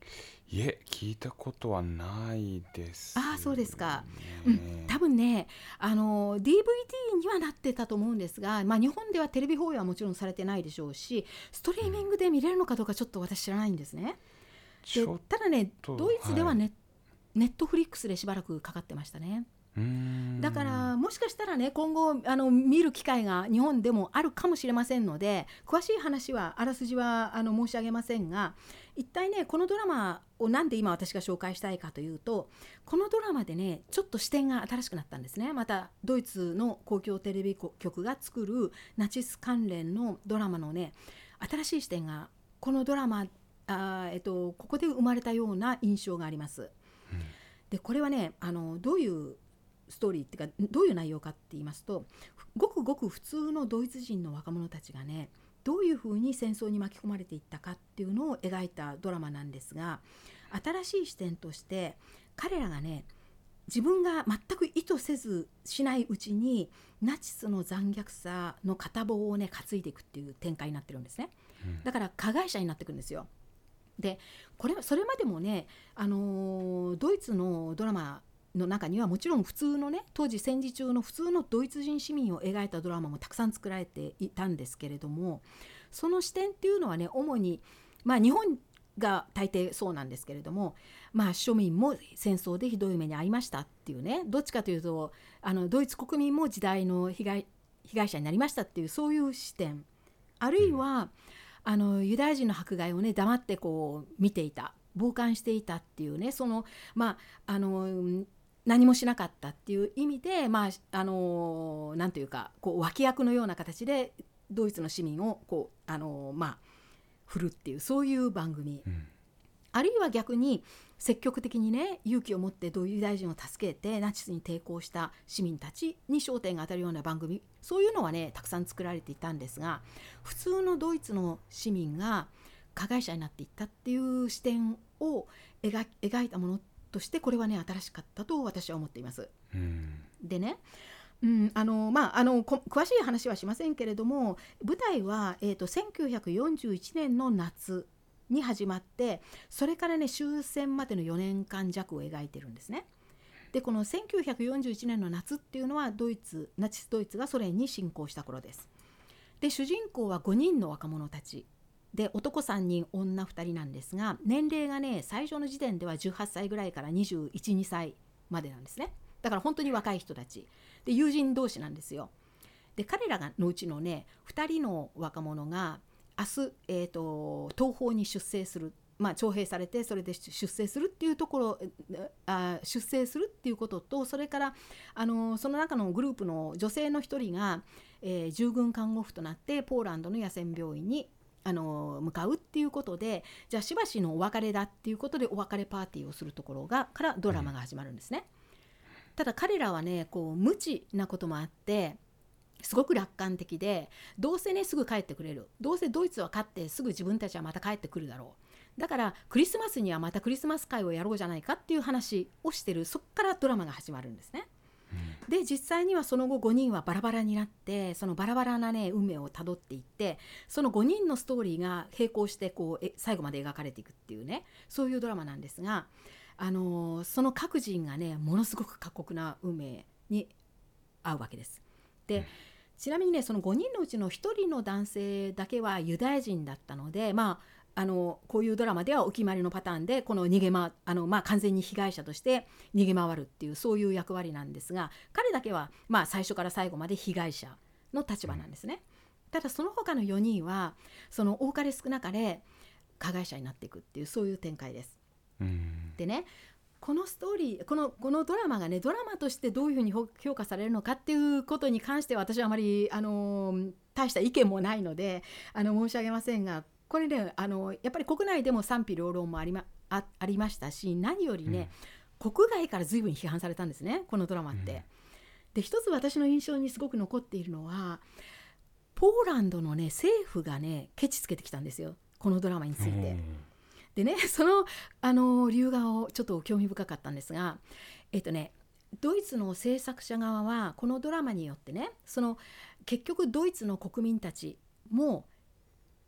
いえ、聞いたことはないですね。 ああ、そうですか。うん、多分ね、あの ディーブイディー にはなってたと思うんですが、まあ、日本ではテレビ放映はもちろんされてないでしょうし、ストリーミングで見れるのかどうかちょっと私知らないんですね。でちょっただね、 とドイツでははいネ、ネットフリックスでしばらくかかってましたね。 うーんだからもしかしたらね、今後あの見る機会が日本でもあるかもしれませんので、詳しい話はあらすじはあの申し上げませんが、一体ねこのドラマをなんで今私が紹介したいかというと、このドラマでねちょっと視点が新しくなったんですね。またドイツの公共テレビ局が作るナチス関連のドラマのね新しい視点がこのドラマあ、えっと、ここで生まれたような印象があります。でこれはねあのどういうストーリーっていうかどういう内容かって言いますと、ごくごく普通のドイツ人の若者たちがねどういうふうに戦争に巻き込まれていったかっていうのを描いたドラマなんですが、新しい視点として彼らがね自分が全く意図せずしないうちにナチスの残虐さの片棒をね担いでいくっていう展開になってるんですね。だから加害者になっていくんですよ。でこれそれまでもね、あのードイツのドラマの中にはもちろん普通のね当時戦時中の普通のドイツ人市民を描いたドラマもたくさん作られていたんですけれども、その視点っていうのはね主に、まあ、日本が大抵そうなんですけれども、まあ、庶民も戦争でひどい目に遭いましたっていうね、どっちかというとあのドイツ国民も時代の被害、被害者になりましたっていうそういう視点、あるいはあのユダヤ人の迫害をね黙ってこう見ていた、傍観していたっていうね、そのまああの何もしなかったっていう意味で、まああのなんというかこう脇役のような形でドイツの市民をこうあのまあ振るっていうそういう番組、うん、あるいは逆に積極的にね勇気を持ってユダヤ人を助けてナチスに抵抗した市民たちに焦点が当たるような番組、そういうのはねたくさん作られていたんですが、普通のドイツの市民が加害者になっていったっていう視点を 描, 描いたものとしてこれはね新しかったと私は思っています。うん、でね、うんあのまあ、あの詳しい話はしませんけれども、舞台は、えーと、せんきゅうひゃくよんじゅういちねんの夏に始まって、それからね終戦までのよねんかん弱を描いてるんですね。でこのせんきゅうひゃくよんじゅういちねんの夏っていうのはドイツナチスドイツがソ連に侵攻した頃です。で主人公はごにんの若者たちで、男さんにん女ふたりなんですが、年齢がね最初の時点ではじゅうはっさいぐらいからにじゅういち、にさいまでなんですね。だから本当に若い人たちで友人同士なんですよ。で彼らのうちのねふたりの若者が明日、えーと、東方に出征する、まあ、徴兵されてそれで出征するっていうところあ出征するっていうことと、それからあのその中のグループの女性の一人が、えー、従軍看護婦となってポーランドの野戦病院にあの向かうっていうことで、じゃあしばしのお別れだっていうことでお別れパーティーをするところがからドラマが始まるんですね。うん、ただ彼らはねこう無知なこともあってすごく楽観的で、どうせねすぐ帰ってくれる、どうせドイツは勝ってすぐ自分たちはまた帰ってくるだろう、だからクリスマスにはまたクリスマス会をやろうじゃないかっていう話をしてる、そこからドラマが始まるんですね。で実際にはその後ごにんはバラバラになって、そのバラバラなね運命をたどっていって、そのごにんのストーリーが並行してこうえ最後まで描かれていくっていうね、そういうドラマなんですが、あのー、その各人がねものすごく過酷な運命に遭うわけです。でちなみにねそのごにんのうちのひとりの男性だけはユダヤ人だったので、まああのこういうドラマではお決まりのパターンでこの逃げまあの、まあ、完全に被害者として逃げ回るっていうそういう役割なんですが、彼だけは、まあ、最初から最後まで被害者の立場なんですね。ただその他のよにんはその多かれ少なかれ加害者になっていくっていうそういう展開です。うんでねこのストーリーこの、このドラマがねドラマとしてどういうふうに評価されるのかっていうことに関しては私はあまりあの大した意見もないのであの申し上げませんが、これねあのやっぱり国内でも賛否両論もありま、あ、ありましたし、何よりね、うん、国外から随分批判されたんですねこのドラマって。うん、で一つ私の印象にすごく残っているのはポーランドのね政府がねケチつけてきたんですよこのドラマについて。うんでね、その、あの理由がちょっと興味深かったんですが、えっとね、ドイツの制作者側はこのドラマによってねその結局ドイツの国民たちも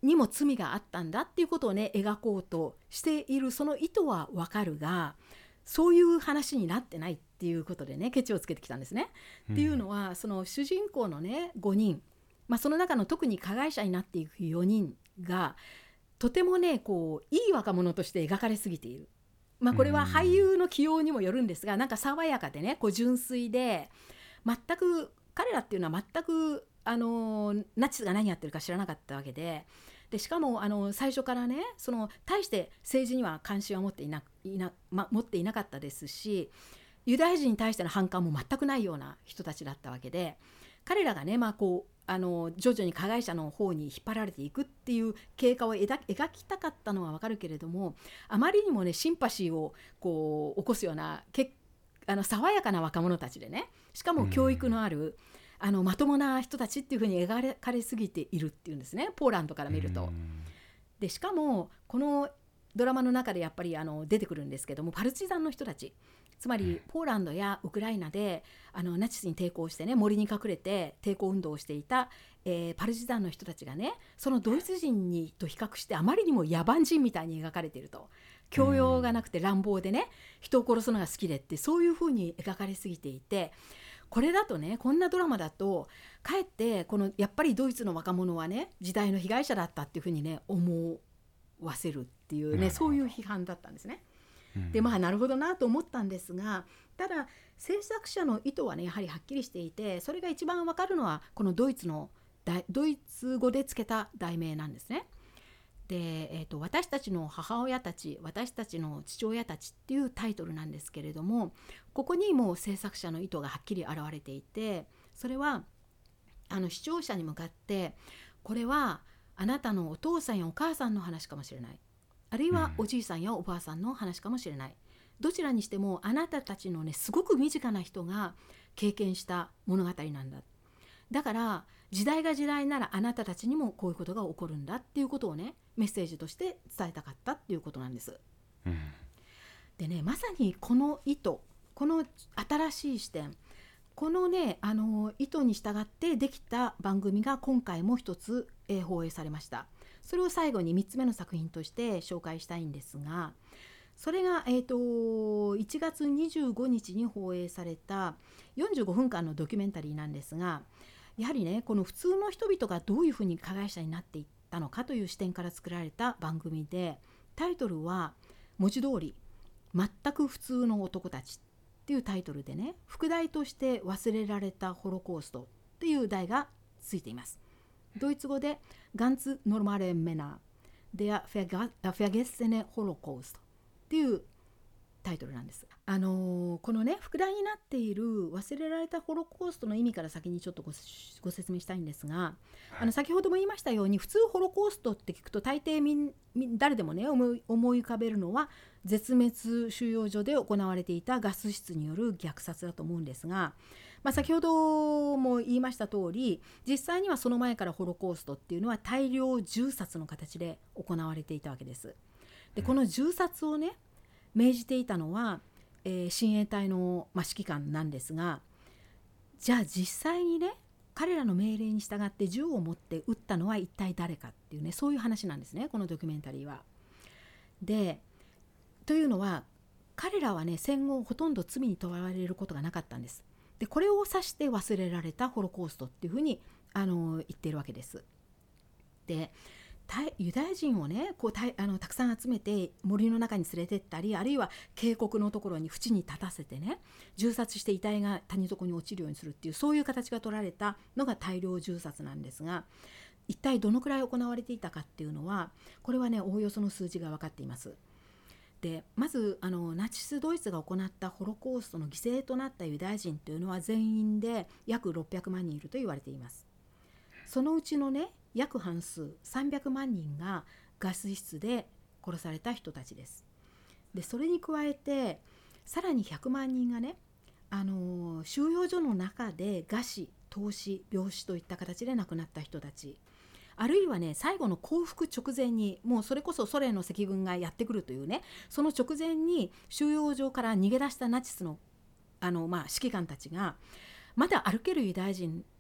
にも罪があったんだっていうことをね描こうとしているその意図はわかるが、そういう話になってないっていうことでねケチをつけてきたんですね、うん、っていうのはその主人公のねごにん、まあ、その中の特に加害者になっていくよにんがとてもねこういい若者として描かれすぎている。まあ、これは俳優の起用にもよるんですが、なんか爽やかでねこう純粋で、全く彼らっていうのは全くあのナチスが何やってるか知らなかったわけで、でしかもあの最初からねその大して政治には関心は持っていな、いな、ま、持っていなかったですし、ユダヤ人に対しての反感も全くないような人たちだったわけで、彼らがね、まあ、こうあの徐々に加害者の方に引っ張られていくっていう経過を描きたかったのは分かるけれども、あまりにもねシンパシーをこう起こすようなけあの爽やかな若者たちでね、しかも教育のある、うん、あのまともな人たちっていう風に描かれすぎているっていうんですね、ポーランドから見ると、うん、でしかもこのドラマの中でやっぱりあの出てくるんですけども、パルチザンの人たち、つまりポーランドやウクライナであのナチスに抵抗してね森に隠れて抵抗運動をしていた、えー、パルチザンの人たちがね、そのドイツ人にと比較してあまりにも野蛮人みたいに描かれていると、教養がなくて乱暴でね人を殺すのが好きでって、そういう風に描かれすぎていて、これだとねこんなドラマだとかえってこのやっぱりドイツの若者はね時代の被害者だったっていう風にね思わせるっていうね、そういう批判だったんですね。でまあなるほどなと思ったんですが、ただ制作者の意図はねやはりはっきりしていて、それが一番わかるのはこのドイツのドイツ語でつけた題名なんですね。で、えーと、私たちの母親たち、私たちの父親たちっていうタイトルなんですけれども、ここにも制作者の意図がはっきり現れていて、それはあの視聴者に向かって、これはあなたのお父さんやお母さんの話かもしれない、あるいはおじいさんやおばあさんの話かもしれない、どちらにしてもあなたたちのねすごく身近な人が経験した物語なんだ。だから時代が時代ならあなたたちにもこういうことが起こるんだっていうことをねメッセージとして伝えたかったっていうことなんです、うん、でねまさにこの意図、この新しい視点、このねあの意図に従ってできた番組が今回も一つ、えー、放映されました。それを最後にみっつめの作品として紹介したいんですが、それが、えーと、いちがつにじゅうごにちに放映されたよんじゅうごふんかんのドキュメンタリーなんですが、やはりねこの普通の人々がどういうふうに加害者になっていったのかという視点から作られた番組で、タイトルは文字通り全く普通の男たちっていうタイトルでね、副題として忘れられたホロコーストっていう題がついています。ドイツ語でガンツノルマレメナーder vergessene Holocaustっていうタイトルなんです。あのー、このね副題になっている忘れられたホロコーストの意味から先にちょっと ご, ご説明したいんですが、はい、あの先ほども言いましたように、普通ホロコーストって聞くと大抵みん誰でもね思い、思い浮かべるのは絶滅収容所で行われていたガス室による虐殺だと思うんですが、まあ、先ほども言いました通り、実際にはその前からホロコーストっていうのは大量銃殺の形で行われていたわけです。でこの銃殺をね命じていたのは、えー、親衛隊の、まあ、指揮官なんですが、じゃあ実際にね彼らの命令に従って銃を持って撃ったのは一体誰かっていうね、そういう話なんですね、このドキュメンタリーは。でというのは彼らはね戦後ほとんど罪に問われることがなかったんです。でこれを指して忘れられたホロコーストっていうふうにあの言っているわけです。でユダヤ人をねこう た, あのたくさん集めて森の中に連れてったり、あるいは渓谷のところに淵に立たせてね銃殺して遺体が谷底に落ちるようにするっていう、そういう形が取られたのが大量銃殺なんですが、一体どのくらい行われていたかっていうのは、これはねおおよその数字が分かっています。でまずあのナチスドイツが行ったホロコーストの犠牲となったユダヤ人というのは全員で約ろっぴゃくまんにんいると言われています。そのうちのね約半数さんびゃくまんにんがガス室で殺された人たちです。でそれに加えてさらにひゃくまんにんがね、あのー、収容所の中で餓死、凍死、病死といった形で亡くなった人たち、あるいはね最後の降伏直前にもうそれこそソ連の赤軍がやってくるというね、その直前に収容所から逃げ出したナチスの、あの、まあ、指揮官たちがまだ歩けるユダヤ人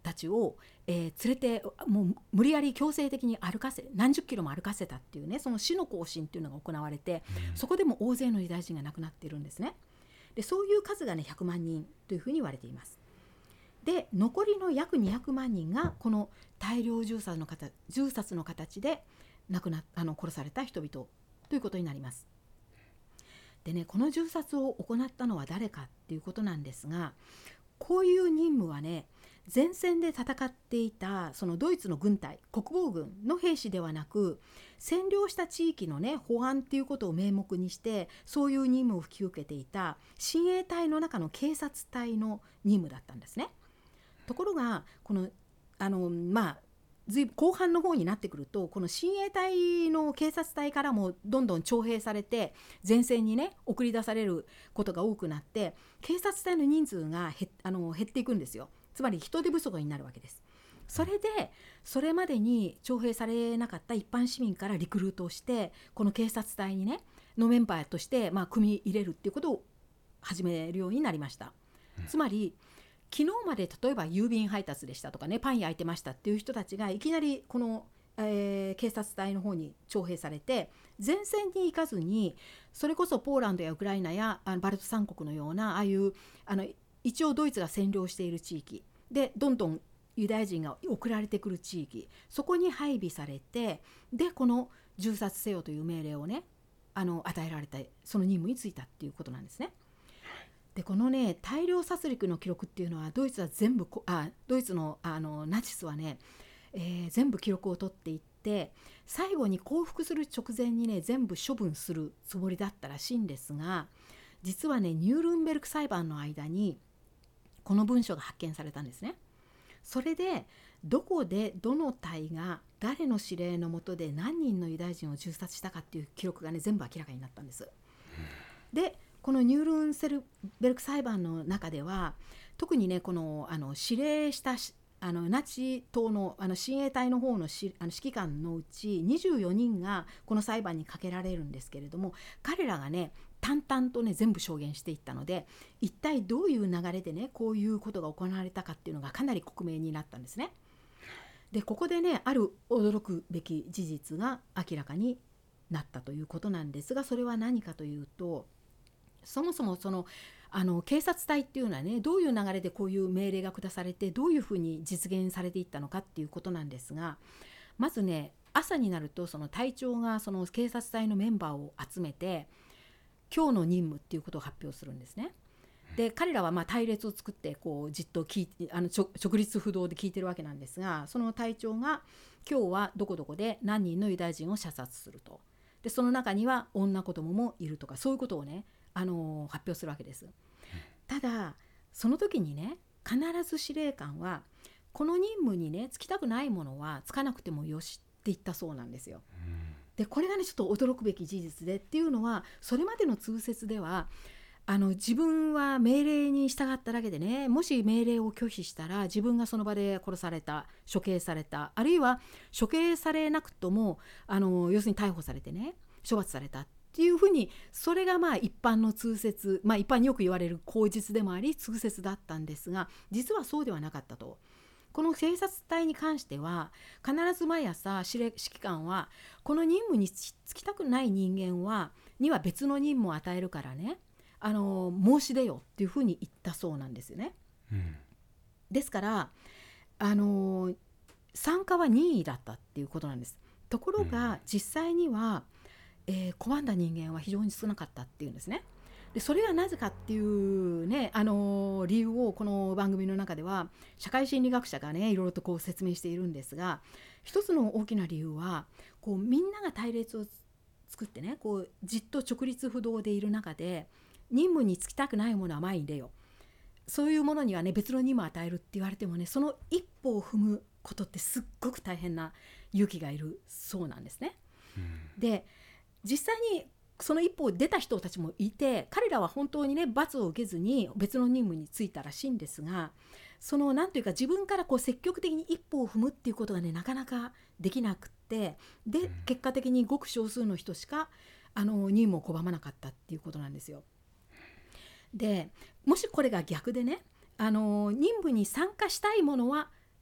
たちを、えー連れてもう無理やり強制的に歩かせ何十キロも歩かせたっていうね、その死の行進っていうのが行われて、 うんそこでも大勢のユダヤ人が亡くなっているんですね。でそういう数がねひゃくまんにんというふうに言われています。で残りの約にひゃくまんにんがこの大量銃殺の形銃殺の形で亡くなあの殺された人々ということになります。でねこの銃殺を行ったのは誰かっていうことなんですが、こういう任務はね前線で戦っていたそのドイツの軍隊国防軍の兵士ではなく、占領した地域のね保安っていうことを名目にしてそういう任務を引き受けていた親衛隊の中の警察隊の任務だったんですね。ところがこのあのまあ随分後半の方になってくると、この親衛隊の警察隊からもどんどん徴兵されて前線にね送り出されることが多くなって、警察隊の人数が減あの減っていくんですよ。つまり人手不足になるわけです。それでそれまでに徴兵されなかった一般市民からリクルートをしてこの警察隊にねのメンバーとして、まあ、組み入れるっていうことを始めるようになりました。 うんつまり昨日まで例えば郵便配達でしたとかねパン焼いてましたっていう人たちがいきなりこの、えー警察隊の方に徴兵されて、前線に行かずにそれこそポーランドやウクライナやあのバルト三国のようなああいうあの一応ドイツが占領している地域でどんどんユダヤ人が送られてくる地域、そこに配備されて、でこの銃殺せよという命令をねあの与えられた、その任務に就いたっていうことなんですね。でこのね大量殺戮の記録っていうのはドイツは全部こあドイツの、あのナチスはね、えー全部記録を取っていって、最後に降伏する直前にね全部処分するつもりだったらしいんですが、実はねニュールンベルク裁判の間にこの文書が発見されたんですね。それでどこでどの隊が誰の指令の下で何人のユダヤ人を銃殺したかっていう記録がね全部明らかになったんです。でこのニュールンベルク裁判の中では特にねこのあの指令したしあのナチ党のあの親衛隊の方のしあの指揮官のうちにじゅうよにんがこの裁判にかけられるんですけれども、彼らがね淡々とね全部証言していったので、一体どういう流れでねこういうことが行われたかっていうのがかなり克明になったんですね。でここでねある驚くべき事実が明らかになったということなんですが、それは何かというと、そもそもそのあの警察隊っていうのはねどういう流れでこういう命令が下されてどういうふうに実現されていったのかっていうことなんですが、まずね朝になるとその隊長がその警察隊のメンバーを集めて今日の任務っていうことを発表するんですね。で彼らはまあ隊列を作ってこうじっと聞いてあの直立不動で聞いてるわけなんですが、その隊長が今日はどこどこで何人のユダヤ人を射殺すると、でその中には女子供もいるとか、そういうことをねあの発表するわけです。ただその時にね必ず司令官はこの任務にね就きたくないものはつかなくてもよしって言ったそうなんですよ。でこれがねちょっと驚くべき事実でっていうのは、それまでの通説ではあの自分は命令に従っただけでね、もし命令を拒否したら自分がその場で殺された、処刑された、あるいは処刑されなくともあの要するに逮捕されてね処罰されたっていうふうに、それがまあ一般の通説、まあ一般によく言われる口実でもあり通説だったんですが、実はそうではなかったと。この警察隊に関しては必ず毎朝指揮官はこの任務に就きたくない人間はには別の任務を与えるからね、あの申し出よっていうふうに言ったそうなんですよね。 うん、 ですからあの参加は任意だったっていうことなんです。ところが実際には、えー、拒んだ人間は非常に少なかったっていうんですね。でそれはなぜかっていうね、あのー、理由をこの番組の中では社会心理学者がねいろいろとこう説明しているんですが、一つの大きな理由はこうみんなが隊列を作ってねこうじっと直立不動でいる中で、任務に就きたくないものは前に出よ、そういうものにはね別の任務を与えるって言われてもね、その一歩を踏むことってすっごく大変な勇気がいるそうなんですね。 うん、 で実際にその一歩を出た人たちもいて、彼らは本当にね罰を受けずに別の任務に就いたらしいんですが、そのなんというか自分からこう積極的に一歩を踏むっていうことがねなかなかできなくって、で結果的にごく少数の人しかあの任務を拒まなかったっていうことなんですよ。でもしこれが逆でね、あの任務に参加したいものは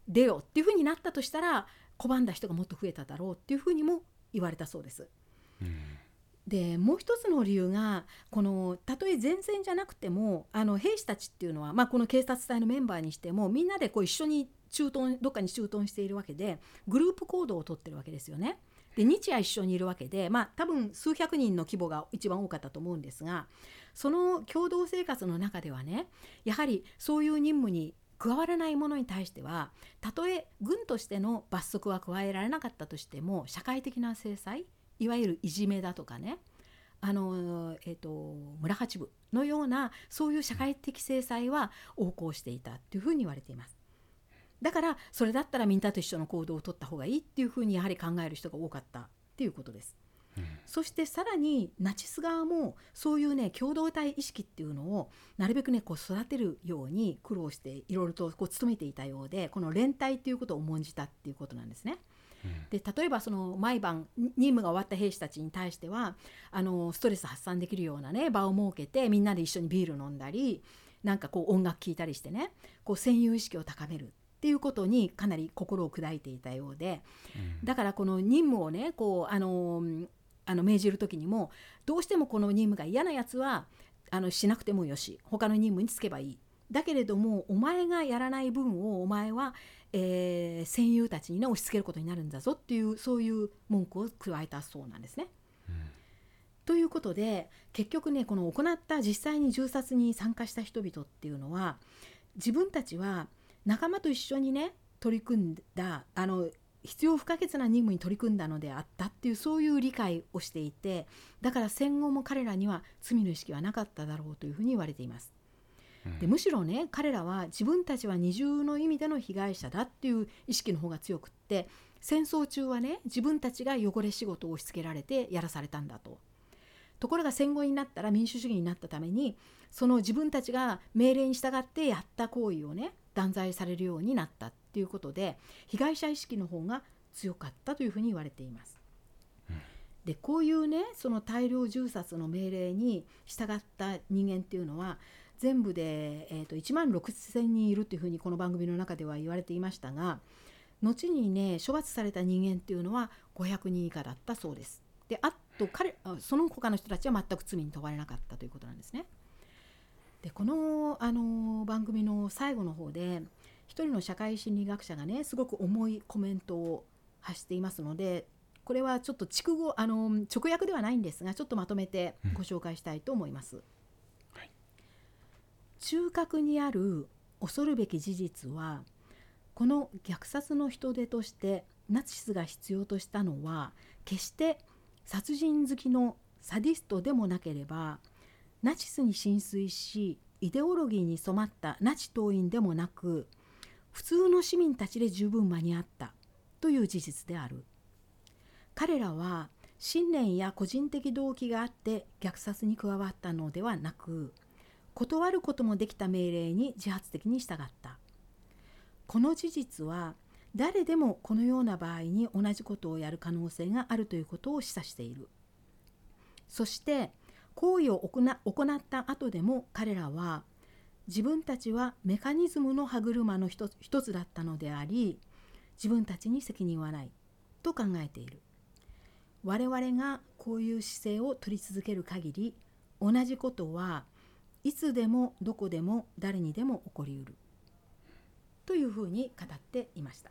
出よっていうふうになったとしたら拒んだ人がもっと増えただろうっていうふうにも言われたそうです。 うん、 でもう一つの理由がこのたとえ前線じゃなくてもあの兵士たちっていうのは、まあ、この警察隊のメンバーにしてもみんなでこう一緒に駐屯どっかに駐屯しているわけでグループ行動をとってるわけですよね。で日夜一緒にいるわけで、まあ、多分数百人の規模が一番多かったと思うんですがその共同生活の中ではねやはりそういう任務に加わらない者に対してはたとえ軍としての罰則は加えられなかったとしても社会的な制裁いわゆるいじめだとかねあの、えーと、村八部のようなそういう社会的制裁は横行していたというふうに言われています。だからそれだったらみんなと一緒の行動を取った方がいいっていうふうにやはり考える人が多かったっていうことです。うん、そしてさらにナチス側もそういうね共同体意識っていうのをなるべくねこう育てるように苦労していろいろとこう努めていたようでこの連帯っていうことを重んじたっていうことなんですね。で例えばその毎晩任務が終わった兵士たちに対してはあのストレス発散できるような、ね、場を設けてみんなで一緒にビール飲んだりなんかこう音楽聴いたりしてねこう戦友意識を高めるっていうことにかなり心を砕いていたようで、うん、だからこの任務をねこうあのあの命じる時にもどうしてもこの任務が嫌なやつはあのしなくてもよし他の任務に就けばいいだけれどもお前がやらない分をお前は、えー、戦友たちに、ね、押し付けることになるんだぞっていうそういう文句を加えたそうなんですね、うん、ということで結局ねこの行った実際に銃殺に参加した人々っていうのは自分たちは仲間と一緒にね取り組んだあの必要不可欠な任務に取り組んだのであったっていうそういう理解をしていてだから戦後も彼らには罪の意識はなかっただろうというふうに言われています。でむしろね彼らは自分たちは二重の意味での被害者だっていう意識の方が強くって戦争中はね自分たちが汚れ仕事を押し付けられてやらされたんだと。ところが戦後になったら民主主義になったためにその自分たちが命令に従ってやった行為をね断罪されるようになったっていうことで被害者意識の方が強かったというふうに言われています。でこういうねその大量銃殺の命令に従った人間っていうのは全部で、えー、といちまんろくせんにんいるというふうにこの番組の中では言われていましたが後にね処罰された人間っていうのはごひゃくにん以下だったそうです。であと彼その他の人たちは全く罪に問われなかったということなんですね。でこの、あの番組の最後の方で一人の社会心理学者がねすごく重いコメントを発していますのでこれはちょっと筑語あの直訳ではないんですがちょっとまとめてご紹介したいと思います、うんはい、中核にある恐るべき事実はこの虐殺の人手としてナチスが必要としたのは決して殺人好きのサディストでもなければナチスに心酔しイデオロギーに染まったナチ党員でもなく普通の市民たちで十分間に合ったという事実である。彼らは信念や個人的動機があって虐殺に加わったのではなく断ることもできた命令に自発的に従った。この事実は誰でもこのような場合に同じことをやる可能性があるということを示唆している。そして行為を行った後でも彼らは自分たちはメカニズムの歯車の一つ、一つだったのであり自分たちに責任はないと考えている。我々がこういう姿勢を取り続ける限り同じことはいつでもどこでも誰にでも起こりうるというふうに語っていました。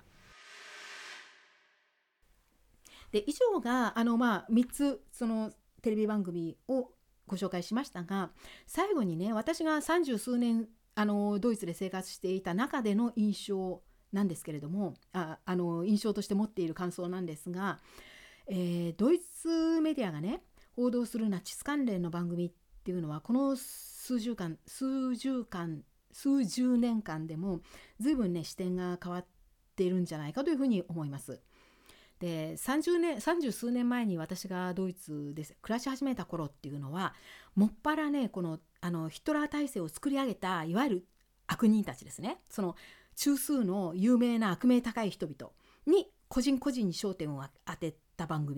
で以上があの、まあ、みっつそのテレビ番組をご紹介しましたが最後にね私が三十数年あのドイツで生活していた中での印象なんですけれども あ, あの印象として持っている感想なんですが、えー、ドイツメディアがね報道するナチス関連の番組っていうのはこの数十間数十間数十年間でも随分ね視点が変わっているんじゃないかというふうに思います。でさんじゅうねんさんじゅう数年前に私がドイツで暮らし始めた頃っていうのはもっぱらねこのあのヒトラー体制を作り上げたいわゆる悪人たちですねその中枢の有名な悪名高い人々に個人個人に焦点を当てた番組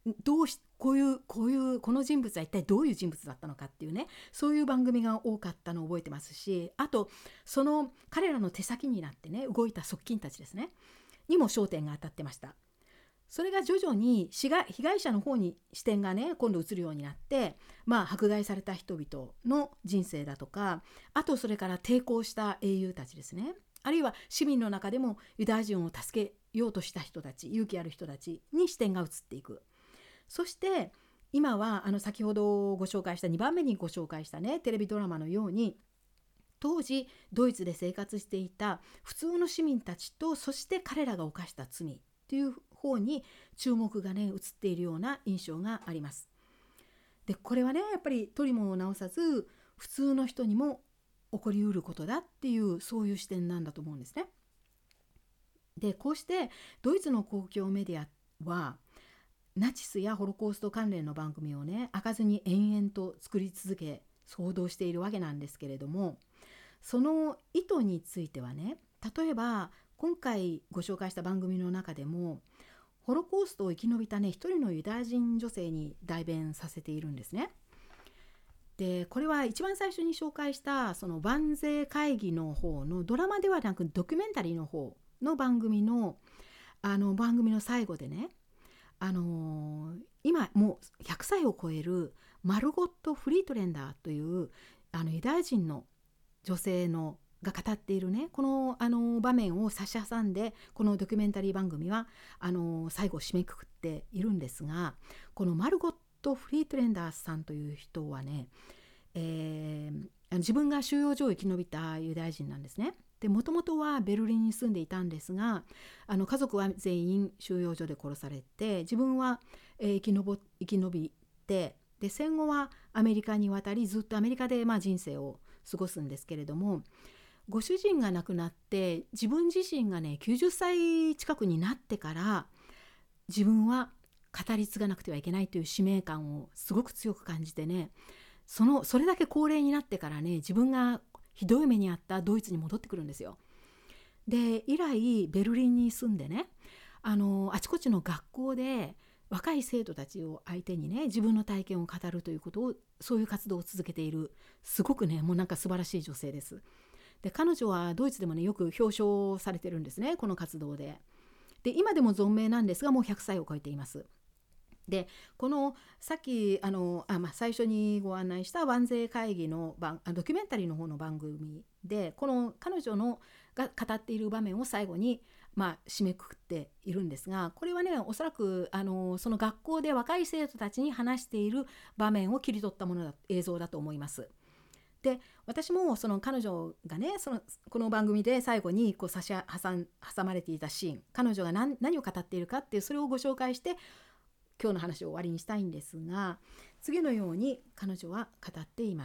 どうしこういうこういうこの人物は一体どういう人物だったのかっていうね、そういう番組が多かったのを覚えてますし、あとその彼らの手先になってね動いた側近たちですねにも焦点が当たってました。それが徐々に被害、被害者の方に視点がね今度移るようになって、まあ、迫害された人々の人生だとか、あとそれから抵抗した英雄たちですね、あるいは市民の中でもユダヤ人を助けようとした人たち、勇気ある人たちに視点が移っていく。そして今はあの先ほどご紹介したにばんめにご紹介したねテレビドラマのように、当時ドイツで生活していた普通の市民たちと、そして彼らが犯した罪という方に注目がね移っているような印象があります。でこれはねやっぱり取りも直さず普通の人にも起こりうることだっていう、そういう視点なんだと思うんですね。でこうしてドイツの公共メディアはナチスやホロコースト関連の番組をね開かずに延々と作り続け報道しているわけなんですけれども、その意図についてはね、例えば今回ご紹介した番組の中でもホロコーストを生き延びたね一人のユダヤ人女性に代弁させているんですね。でこれは一番最初に紹介したその万税会議の方のドラマではなくドキュメンタリーの方の番組のあの番組の最後でね、あのー、今もうひゃくさいを超えるマルゴット・フリートレンダーというあのユダヤ人の女性のが語っているねこの、あの場面を差し挟んで、このドキュメンタリー番組はあの最後締めくくっているんですが、このマルゴット・フリートレンダーさんという人はね、えー、自分が収容所を生き延びたユダヤ人なんですね。でもともとはベルリンに住んでいたんですが、あの家族は全員収容所で殺されて、自分は、えー、生きのぼ生き延びて、で戦後はアメリカに渡り、ずっとアメリカで、まあ、人生を過ごすんですけれども、ご主人が亡くなって自分自身がねきゅうじゅっさい近くになってから自分は語り継がなくてはいけないという使命感をすごく強く感じてね、そのそれだけ高齢になってからね自分がひどい目に遭ったドイツに戻ってくるんですよ。で以来ベルリンに住んでね、あのあちこちの学校で若い生徒たちを相手にね自分の体験を語るということを、そういう活動を続けている、すごくねもうなんか素晴らしい女性です。で彼女はドイツでもねよく表彰されてるんですね、この活動で。で今でも存命なんですが、もうひゃくさいを超えています。でこのさっきあのあ、まあ、最初にご案内した万税会議の番ドキュメンタリーの方の番組で、この彼女のが語っている場面を最後に、まあ、締めくくっているんですが、これはねおそらくあのその学校で若い生徒たちに話している場面を切り取ったものだ映像だと思います。で私もその彼女がねそのこの番組で最後にこう差し挟ん挟まれていたシーン、彼女が 何, 何を語っているかっていう、それをご紹介して今日の話を終わりにしたいんですが、次のように彼女は語っています。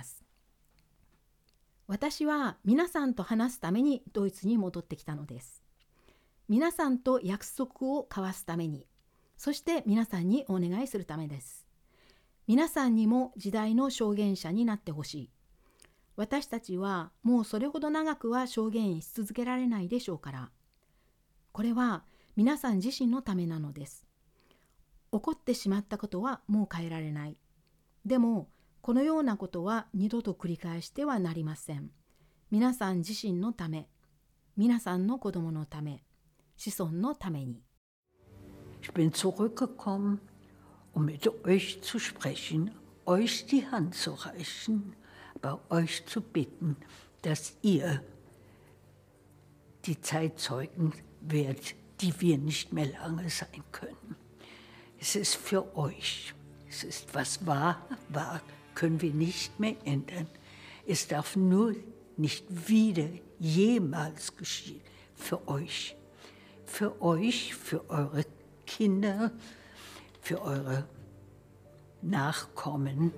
私は皆さんと話すためにドイツに戻ってきたのです。皆さんと約束を交わすために、そして皆さんにお願いするためです。皆さんにも時代の証言者になってほしい。私たちはもうそれほど長くは証言し続けられないでしょうから。これは皆さん自身のためなのです。起こってしまったことはもう変えられない。でもこのようなことは二度と繰り返してはなりません。皆さん自身のため、皆さんの子供のため、子孫のために。 Ich bin zurückgekommen, um mit euch zu sprechen, euch die Hand zu reichen, bei euch zu bitten, dass ihr die Zeitzeugen werdet, die wir nicht mehr lange sein können. Es ist für euch. Es ist, was war, war, können wir nicht mehr ändern. Es darf nur nicht wieder jemals geschehen. Für euch. Für euch, für eure Kinder, für eure Nachkommen.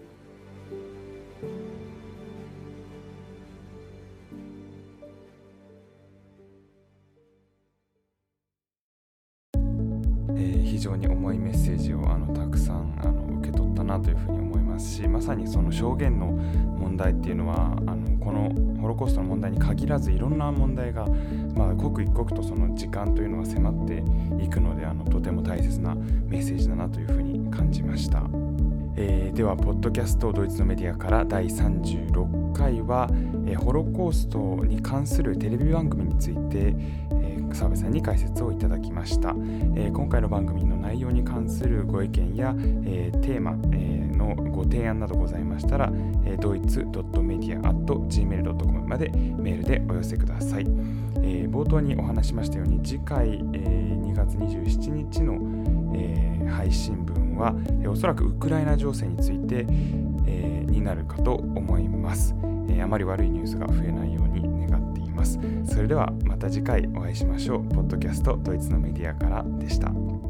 非常に重いメッセージをあのたくさんあの受け取ったなというふうに思いますし、まさにその証言の問題っていうのはあのこのホロコーストの問題に限らずいろんな問題が、まあ、刻一刻とその時間というのが迫っていくので、あのとても大切なメッセージだなというふうに感じました。えー、ではポッドキャストドイツのメディアからだいさんじゅうろっかいは、えー、ホロコーストに関するテレビ番組について、えー、澤部さんに解説をいただきました。えー、今回の番組の内容に関するご意見や、えー、テーマ、えー、のご提案などございましたら、えー、ドイツ ドットメディア アット ジーメール ドットコム までメールでお寄せください。えー、冒頭にお話しましたように次回、えー、にがつにじゅうしちにちの、えー、配信分は、えー、おそらくウクライナ情勢について、えー、になるかと思います。えー、あまり悪いニュースが増えないように願っています。それではまた次回お会いしましょう。ポッドキャストドイツのメディアからでした。